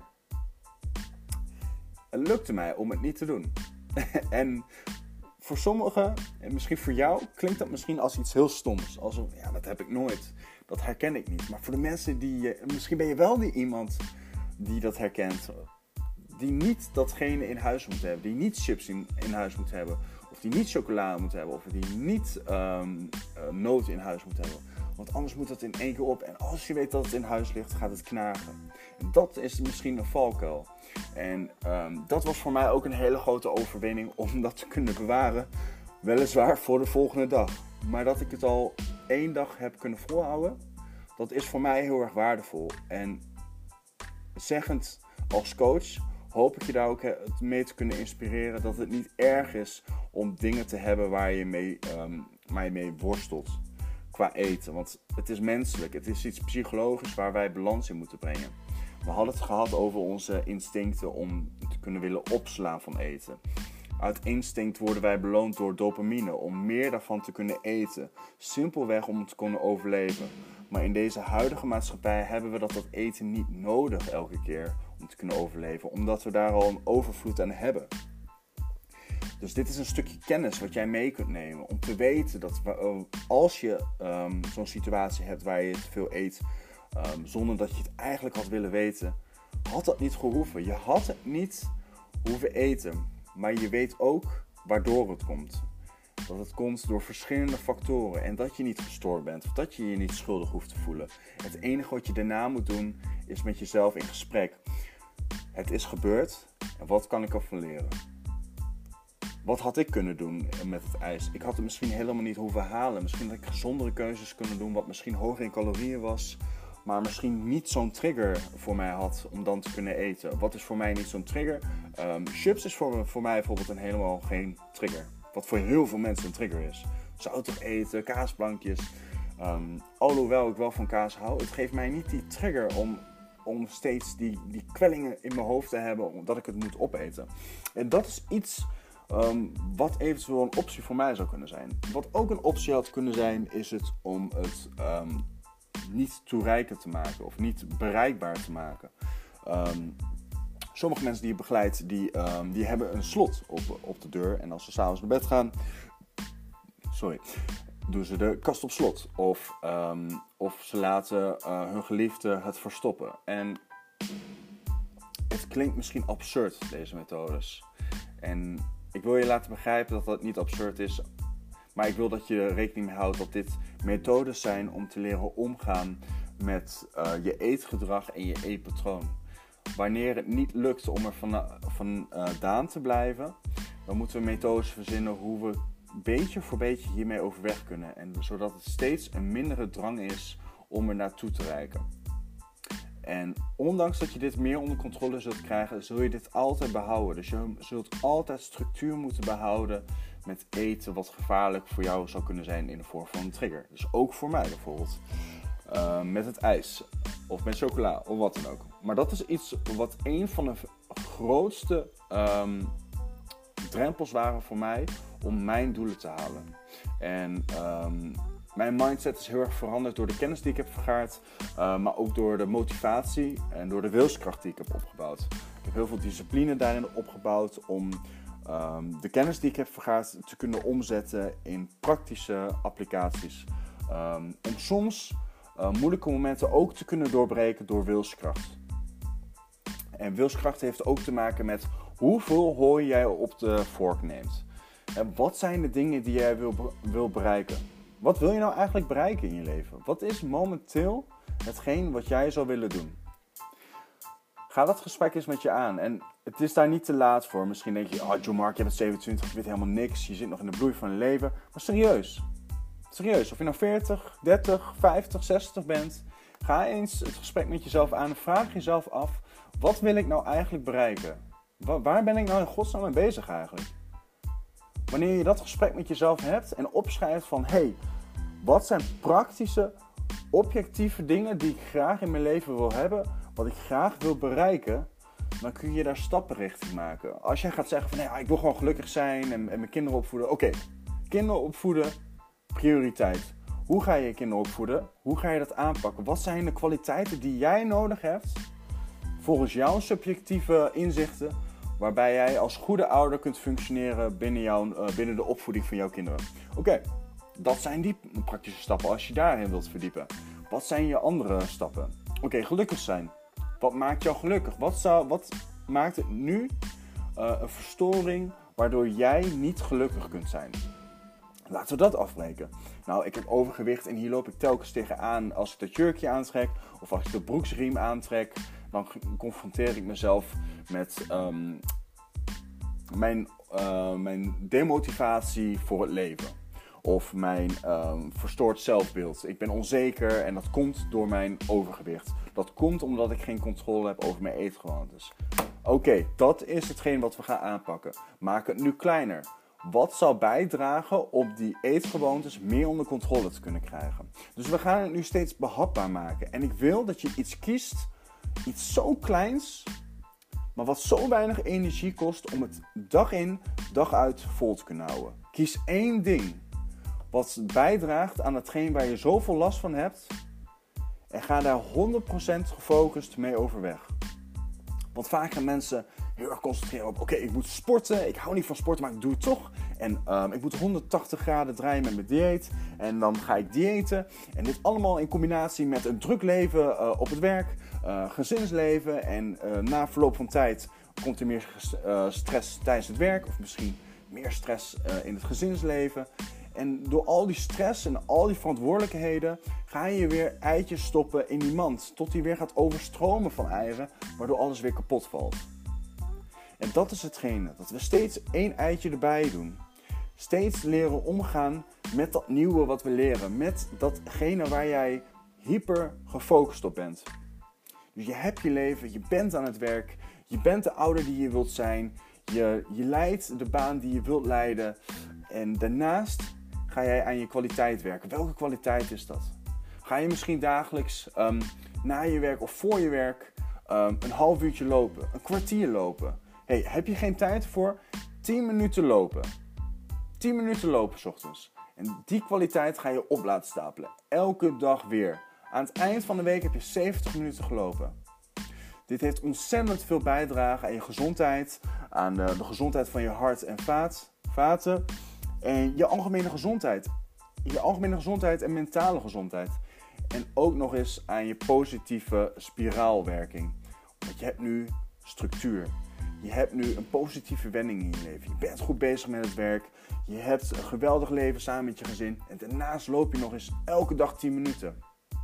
het lukte mij om het niet te doen. En voor sommigen, en misschien voor jou, klinkt dat misschien als iets heel stoms. Alsof, ja, dat heb ik nooit. Dat herken ik niet. Maar voor de mensen misschien ben je wel iemand die dat herkent. Die niet datgene in huis moet hebben. Die niet chips in huis moet hebben. Of die niet chocola moet hebben. Of die niet noten in huis moet hebben. Want anders moet dat in één keer op. En als je weet dat het in huis ligt, gaat het knagen. En dat is misschien een valkuil. En dat was voor mij ook een hele grote overwinning om dat te kunnen bewaren. Weliswaar voor de volgende dag. Maar dat ik het al 1 dag heb kunnen volhouden, dat is voor mij heel erg waardevol. En zeggend als coach hoop ik je daar ook mee te kunnen inspireren dat het niet erg is om dingen te hebben waar je mee worstelt qua eten. Want het is menselijk, het is iets psychologisch waar wij balans in moeten brengen. We hadden het gehad over onze instincten om te kunnen willen opslaan van eten. Uit instinct worden wij beloond door dopamine om meer daarvan te kunnen eten. Simpelweg om te kunnen overleven. Maar in deze huidige maatschappij hebben we dat eten niet nodig elke keer om te kunnen overleven. Omdat we daar al een overvloed aan hebben. Dus dit is een stukje kennis wat jij mee kunt nemen. Om te weten dat als je zo'n situatie hebt waar je te veel eet, zonder dat je het eigenlijk had willen weten, had dat niet gehoeven. Je had het niet hoeven eten. Maar je weet ook waardoor het komt. Dat het komt door verschillende factoren. En dat je niet gestoord bent. Of dat je je niet schuldig hoeft te voelen. Het enige wat je daarna moet doen, is met jezelf in gesprek. Het is gebeurd. En wat kan ik ervan leren? Wat had ik kunnen doen met het ijs? Ik had het misschien helemaal niet hoeven halen. Misschien had ik gezondere keuzes kunnen doen. Wat misschien hoger in calorieën was. Maar misschien niet zo'n trigger voor mij had om dan te kunnen eten. Wat is voor mij niet zo'n trigger? Chips is voor mij bijvoorbeeld helemaal geen trigger. Wat voor heel veel mensen een trigger is. Zoutig eten, kaasplankjes. Alhoewel ik wel van kaas hou, het geeft mij niet die trigger om steeds die kwellingen in mijn hoofd te hebben, omdat ik het moet opeten. En dat is iets wat eventueel een optie voor mij zou kunnen zijn. Wat ook een optie had kunnen zijn, is het om het niet toereikend te maken of niet bereikbaar te maken. Sommige mensen die je begeleidt, die hebben een slot op de deur. En als ze 's avonds naar bed gaan, doen ze de kast op slot. Of ze laten hun geliefde het verstoppen. En het klinkt misschien absurd, deze methodes. En ik wil je laten begrijpen dat dat niet absurd is. Maar ik wil dat je rekening mee houdt dat dit methodes zijn om te leren omgaan met je eetgedrag en je eetpatroon. Wanneer het niet lukt om er vandaan te blijven, dan moeten we methodes verzinnen hoe we beetje voor beetje hiermee overweg kunnen. En zodat het steeds een mindere drang is om er naartoe te reiken. En ondanks dat je dit meer onder controle zult krijgen, zul je dit altijd behouden. Dus je zult altijd structuur moeten behouden met eten wat gevaarlijk voor jou zou kunnen zijn in de vorm van een trigger. Dus ook voor mij bijvoorbeeld. Met het ijs of met chocola of wat dan ook. Maar dat is iets wat een van de grootste drempels waren voor mij om mijn doelen te halen. En mijn mindset is heel erg veranderd door de kennis die ik heb vergaard, maar ook door de motivatie en door de wilskracht die ik heb opgebouwd. Ik heb heel veel discipline daarin opgebouwd om de kennis die ik heb vergaard te kunnen omzetten in praktische applicaties. Om soms moeilijke momenten ook te kunnen doorbreken door wilskracht. En wilskracht heeft ook te maken met hoeveel hooi jij op de vork neemt. En wat zijn de dingen die jij wil bereiken? Wat wil je nou eigenlijk bereiken in je leven? Wat is momenteel hetgeen wat jij zou willen doen? Ga dat gesprek eens met je aan. En het is daar niet te laat voor. Misschien denk je, John Mark, je bent 27, je weet helemaal niks. Je zit nog in de bloei van je leven. Maar serieus. Serieus, of je nou 40, 30, 50, 60 bent. Ga eens het gesprek met jezelf aan en vraag jezelf af. Wat wil ik nou eigenlijk bereiken? Waar ben ik nou in godsnaam mee bezig eigenlijk? Wanneer je dat gesprek met jezelf hebt en opschrijft van... wat zijn praktische, objectieve dingen die ik graag in mijn leven wil hebben... wat ik graag wil bereiken... dan kun je daar stappen richting maken. Als jij gaat zeggen van... ik wil gewoon gelukkig zijn en mijn kinderen opvoeden. Oké, kinderen opvoeden, prioriteit. Hoe ga je kinderen opvoeden? Hoe ga je dat aanpakken? Wat zijn de kwaliteiten die jij nodig hebt... volgens jouw subjectieve inzichten... waarbij jij als goede ouder kunt functioneren binnen de opvoeding van jouw kinderen. Oké, dat zijn die praktische stappen als je daarin wilt verdiepen. Wat zijn je andere stappen? Oké, gelukkig zijn. Wat maakt jou gelukkig? Wat maakt het nu een verstoring waardoor jij niet gelukkig kunt zijn? Laten we dat afbreken. Nou, ik heb overgewicht en hier loop ik telkens tegenaan als ik dat jurkje aantrek of als ik de broeksriem aantrek. Dan confronteer ik mezelf met mijn demotivatie voor het leven. Of mijn verstoord zelfbeeld. Ik ben onzeker en dat komt door mijn overgewicht. Dat komt omdat ik geen controle heb over mijn eetgewoontes. Oké, dat is hetgeen wat we gaan aanpakken. Maak het nu kleiner. Wat zal bijdragen om die eetgewoontes meer onder controle te kunnen krijgen? Dus we gaan het nu steeds behapbaar maken. En ik wil dat je iets kiest, iets zo kleins, maar wat zo weinig energie kost om het dag in, dag uit vol te kunnen houden. Kies één ding wat bijdraagt aan hetgeen waar je zoveel last van hebt en ga daar 100% gefocust mee overweg. Want vaak gaan mensen heel erg concentreren op, ik moet sporten, ik hou niet van sporten, maar ik doe het toch. En ik moet 180 graden draaien met mijn dieet en dan ga ik diëten. En dit allemaal in combinatie met een druk leven op het werk, gezinsleven en na verloop van tijd komt er meer stress tijdens het werk of misschien meer stress in het gezinsleven. En door al die stress en al die verantwoordelijkheden ga je weer eitjes stoppen in die mand. Tot die weer gaat overstromen van eieren, waardoor alles weer kapot valt. En dat is hetgene, dat we steeds één eitje erbij doen. Steeds leren omgaan met dat nieuwe wat we leren. Met datgene waar jij hyper gefocust op bent. Dus je hebt je leven, je bent aan het werk. Je bent de ouder die je wilt zijn. Je leidt de baan die je wilt leiden. En daarnaast ga jij aan je kwaliteit werken. Welke kwaliteit is dat? Ga je misschien dagelijks na je werk of voor je werk een half uurtje lopen? Een kwartier lopen? Heb je geen tijd voor? 10 minuten lopen. 10 minuten lopen 's ochtends. En die kwaliteit ga je op laten stapelen. Elke dag weer. Aan het eind van de week heb je 70 minuten gelopen. Dit heeft ontzettend veel bijdrage aan je gezondheid. Aan de gezondheid van je hart en vaten. En je algemene gezondheid. Je algemene gezondheid en mentale gezondheid. En ook nog eens aan je positieve spiraalwerking. Want je hebt nu structuur. Je hebt nu een positieve wending in je leven. Je bent goed bezig met het werk. Je hebt een geweldig leven samen met je gezin. En daarnaast loop je nog eens elke dag 10 minuten.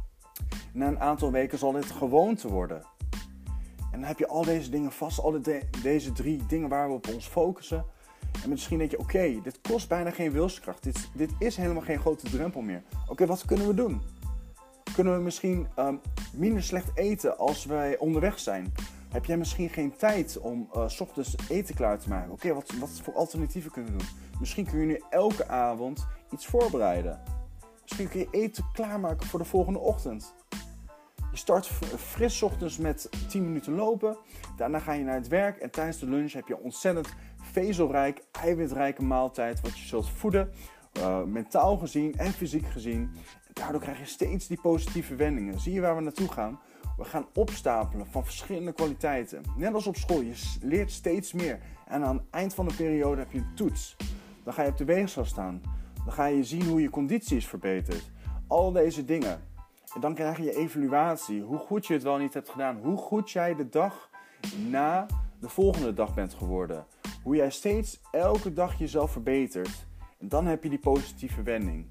Na een aantal weken zal dit gewoonte worden. En dan heb je al deze dingen vast. Deze 3 dingen waar we op ons focussen. En misschien denk je, oké, dit kost bijna geen wilskracht. Dit is helemaal geen grote drempel meer. Oké, wat kunnen we doen? Kunnen we misschien minder slecht eten als wij onderweg zijn? Heb jij misschien geen tijd om 's ochtends eten klaar te maken? Oké, wat voor alternatieven kunnen we doen? Misschien kun je nu elke avond iets voorbereiden. Misschien kun je eten klaarmaken voor de volgende ochtend. Je start fris 's ochtends met 10 minuten lopen. Daarna ga je naar het werk. En tijdens de lunch heb je een ontzettend vezelrijk, eiwitrijke maaltijd. Wat je zult voeden. Mentaal gezien en fysiek gezien. Daardoor krijg je steeds die positieve wendingen. Zie je waar we naartoe gaan? We gaan opstapelen van verschillende kwaliteiten. Net als op school, je leert steeds meer. En aan het eind van de periode heb je een toets. Dan ga je op de weegschaal staan. Dan ga je zien hoe je conditie is verbeterd. Al deze dingen. En dan krijg je je evaluatie. Hoe goed je het wel niet hebt gedaan. Hoe goed jij de dag na de volgende dag bent geworden. Hoe jij steeds elke dag jezelf verbetert. En dan heb je die positieve wending.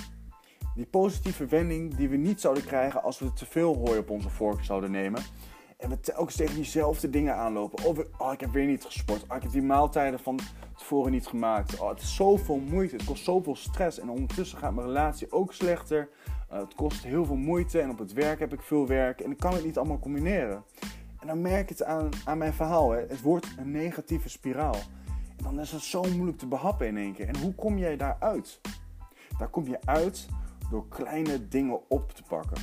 Die positieve wending die we niet zouden krijgen als we te veel hooi op onze vork zouden nemen. En we telkens tegen diezelfde dingen aanlopen. Ik heb weer niet gesport. Ik heb die maaltijden van tevoren niet gemaakt. Het is zoveel moeite. Het kost zoveel stress. En ondertussen gaat mijn relatie ook slechter. Het kost heel veel moeite. En op het werk heb ik veel werk. En ik kan het niet allemaal combineren. En dan merk ik het aan mijn verhaal. Hè. Het wordt een negatieve spiraal. En dan is het zo moeilijk te behappen in één keer. En hoe kom jij daaruit? Daar kom je uit door kleine dingen op te pakken.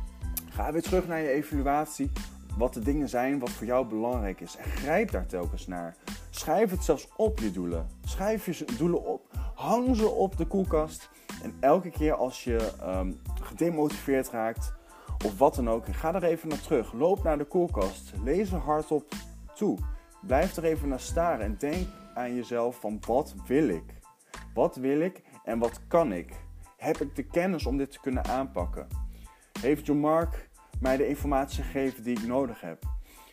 Ga weer terug naar je evaluatie. Wat de dingen zijn wat voor jou belangrijk is. En grijp daar telkens naar. Schrijf het zelfs op, je doelen. Schrijf je doelen op. Hang ze op de koelkast. En elke keer als je gedemotiveerd raakt of wat dan ook, ga er even naar terug. Loop naar de koelkast. Lees er hardop toe. Blijf er even naar staren en denk aan jezelf van wat wil ik? Wat wil ik en wat kan ik? Heb ik de kennis om dit te kunnen aanpakken? Heeft John Mark mij de informatie gegeven die ik nodig heb?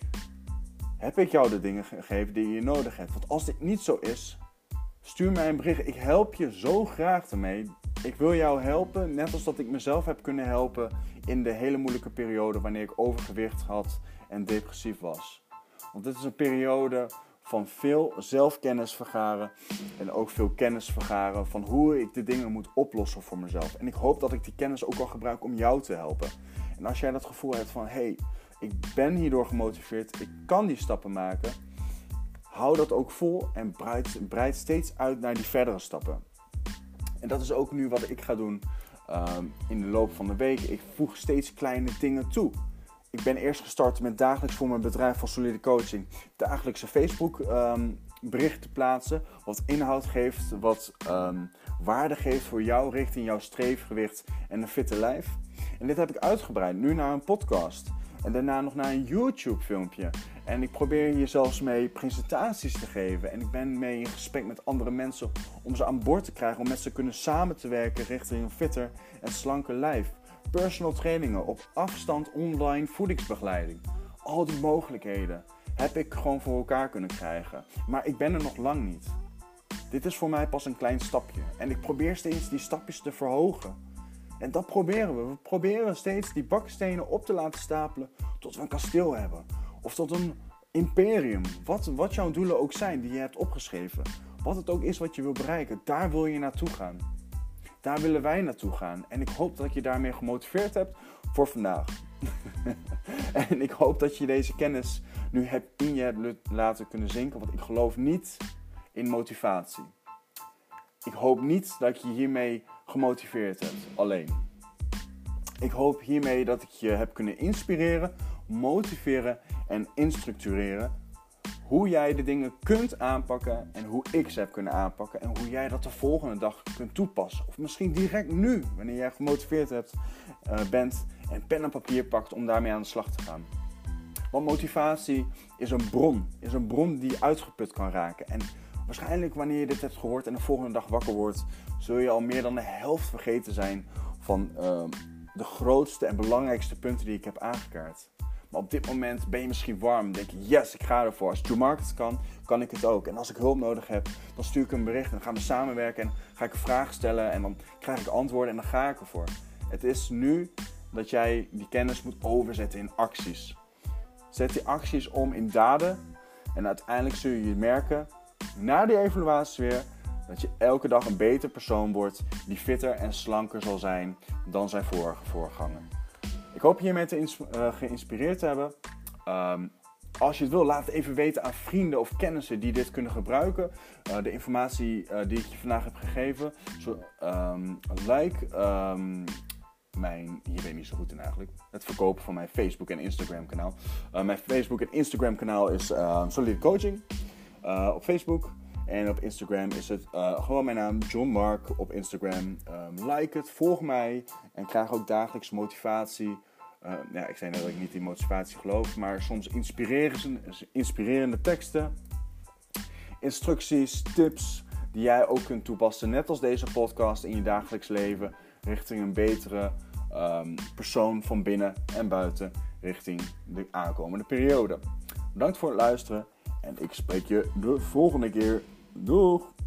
Heb ik jou de dingen gegeven die je nodig hebt? Want als dit niet zo is, stuur mij een bericht. Ik help je zo graag ermee. Ik wil jou helpen, net als dat ik mezelf heb kunnen helpen in de hele moeilijke periode wanneer ik overgewicht had en depressief was. Want dit is een periode van veel zelfkennis vergaren en ook veel kennis vergaren van hoe ik de dingen moet oplossen voor mezelf. En ik hoop dat ik die kennis ook al gebruik om jou te helpen. En als jij dat gevoel hebt van, ik ben hierdoor gemotiveerd, ik kan die stappen maken, hou dat ook vol en breid steeds uit naar die verdere stappen. En dat is ook nu wat ik ga doen in de loop van de week. Ik voeg steeds kleine dingen toe. Ik ben eerst gestart met dagelijks voor mijn bedrijf van Solide Coaching dagelijkse Facebook berichten te plaatsen. Wat inhoud geeft, wat waarde geeft voor jou richting jouw streefgewicht en een fitte lijf. En dit heb ik uitgebreid nu naar een podcast. En daarna nog naar een YouTube filmpje. En ik probeer hier zelfs mee presentaties te geven. En ik ben mee in gesprek met andere mensen om ze aan boord te krijgen. Om met ze kunnen samen te werken richting een fitter en slanker lijf. Personal trainingen op afstand, online voedingsbegeleiding. Al die mogelijkheden heb ik gewoon voor elkaar kunnen krijgen. Maar ik ben er nog lang niet. Dit is voor mij pas een klein stapje. En ik probeer steeds die stapjes te verhogen. En dat proberen we. We proberen steeds die bakstenen op te laten stapelen tot we een kasteel hebben. Of tot een imperium. Wat jouw doelen ook zijn die je hebt opgeschreven. Wat het ook is wat je wil bereiken. Daar wil je naartoe gaan. Daar willen wij naartoe gaan. En ik hoop dat je daarmee gemotiveerd hebt voor vandaag. En ik hoop dat je deze kennis nu in je hebt laten kunnen zinken. Want ik geloof niet in motivatie. Ik hoop niet dat je hiermee gemotiveerd hebt, alleen. Ik hoop hiermee dat ik je heb kunnen inspireren, motiveren en instructureren. Hoe jij de dingen kunt aanpakken en hoe ik ze heb kunnen aanpakken. En hoe jij dat de volgende dag kunt toepassen. Of misschien direct nu, wanneer jij gemotiveerd bent en pen en papier pakt om daarmee aan de slag te gaan. Want motivatie is een bron die uitgeput kan raken. En waarschijnlijk wanneer je dit hebt gehoord en de volgende dag wakker wordt, zul je al meer dan de helft vergeten zijn van de grootste en belangrijkste punten die ik heb aangekaart. Maar op dit moment ben je misschien warm. Denk je, yes, ik ga ervoor. Als John Mark het kan, kan ik het ook. En als ik hulp nodig heb, dan stuur ik een bericht en dan gaan we samenwerken. En ga ik een vraag stellen en dan krijg ik antwoorden en dan ga ik ervoor. Het is nu dat jij die kennis moet overzetten in acties. Zet die acties om in daden. En uiteindelijk zul je merken na die evaluatie weer dat je elke dag een beter persoon wordt die fitter en slanker zal zijn dan zijn vorige voorganger. Ik hoop je hiermee geïnspireerd te hebben. Als je het wil, laat het even weten aan vrienden of kennissen die dit kunnen gebruiken. De informatie die ik je vandaag heb gegeven. Hier ben ik niet zo goed in eigenlijk. Het verkopen van mijn Facebook en Instagram kanaal. Mijn Facebook en Instagram kanaal is Solide Coaching. Op Facebook. En op Instagram is het gewoon mijn naam, John Mark op Instagram. Like het, volg mij en krijg ook dagelijks motivatie. Ik zei net dat ik niet in motivatie geloof, maar soms inspirerende teksten, instructies, tips die jij ook kunt toepassen, net als deze podcast in je dagelijks leven, richting een betere persoon van binnen en buiten, richting de aankomende periode. Bedankt voor het luisteren en ik spreek je de volgende keer. Doeg!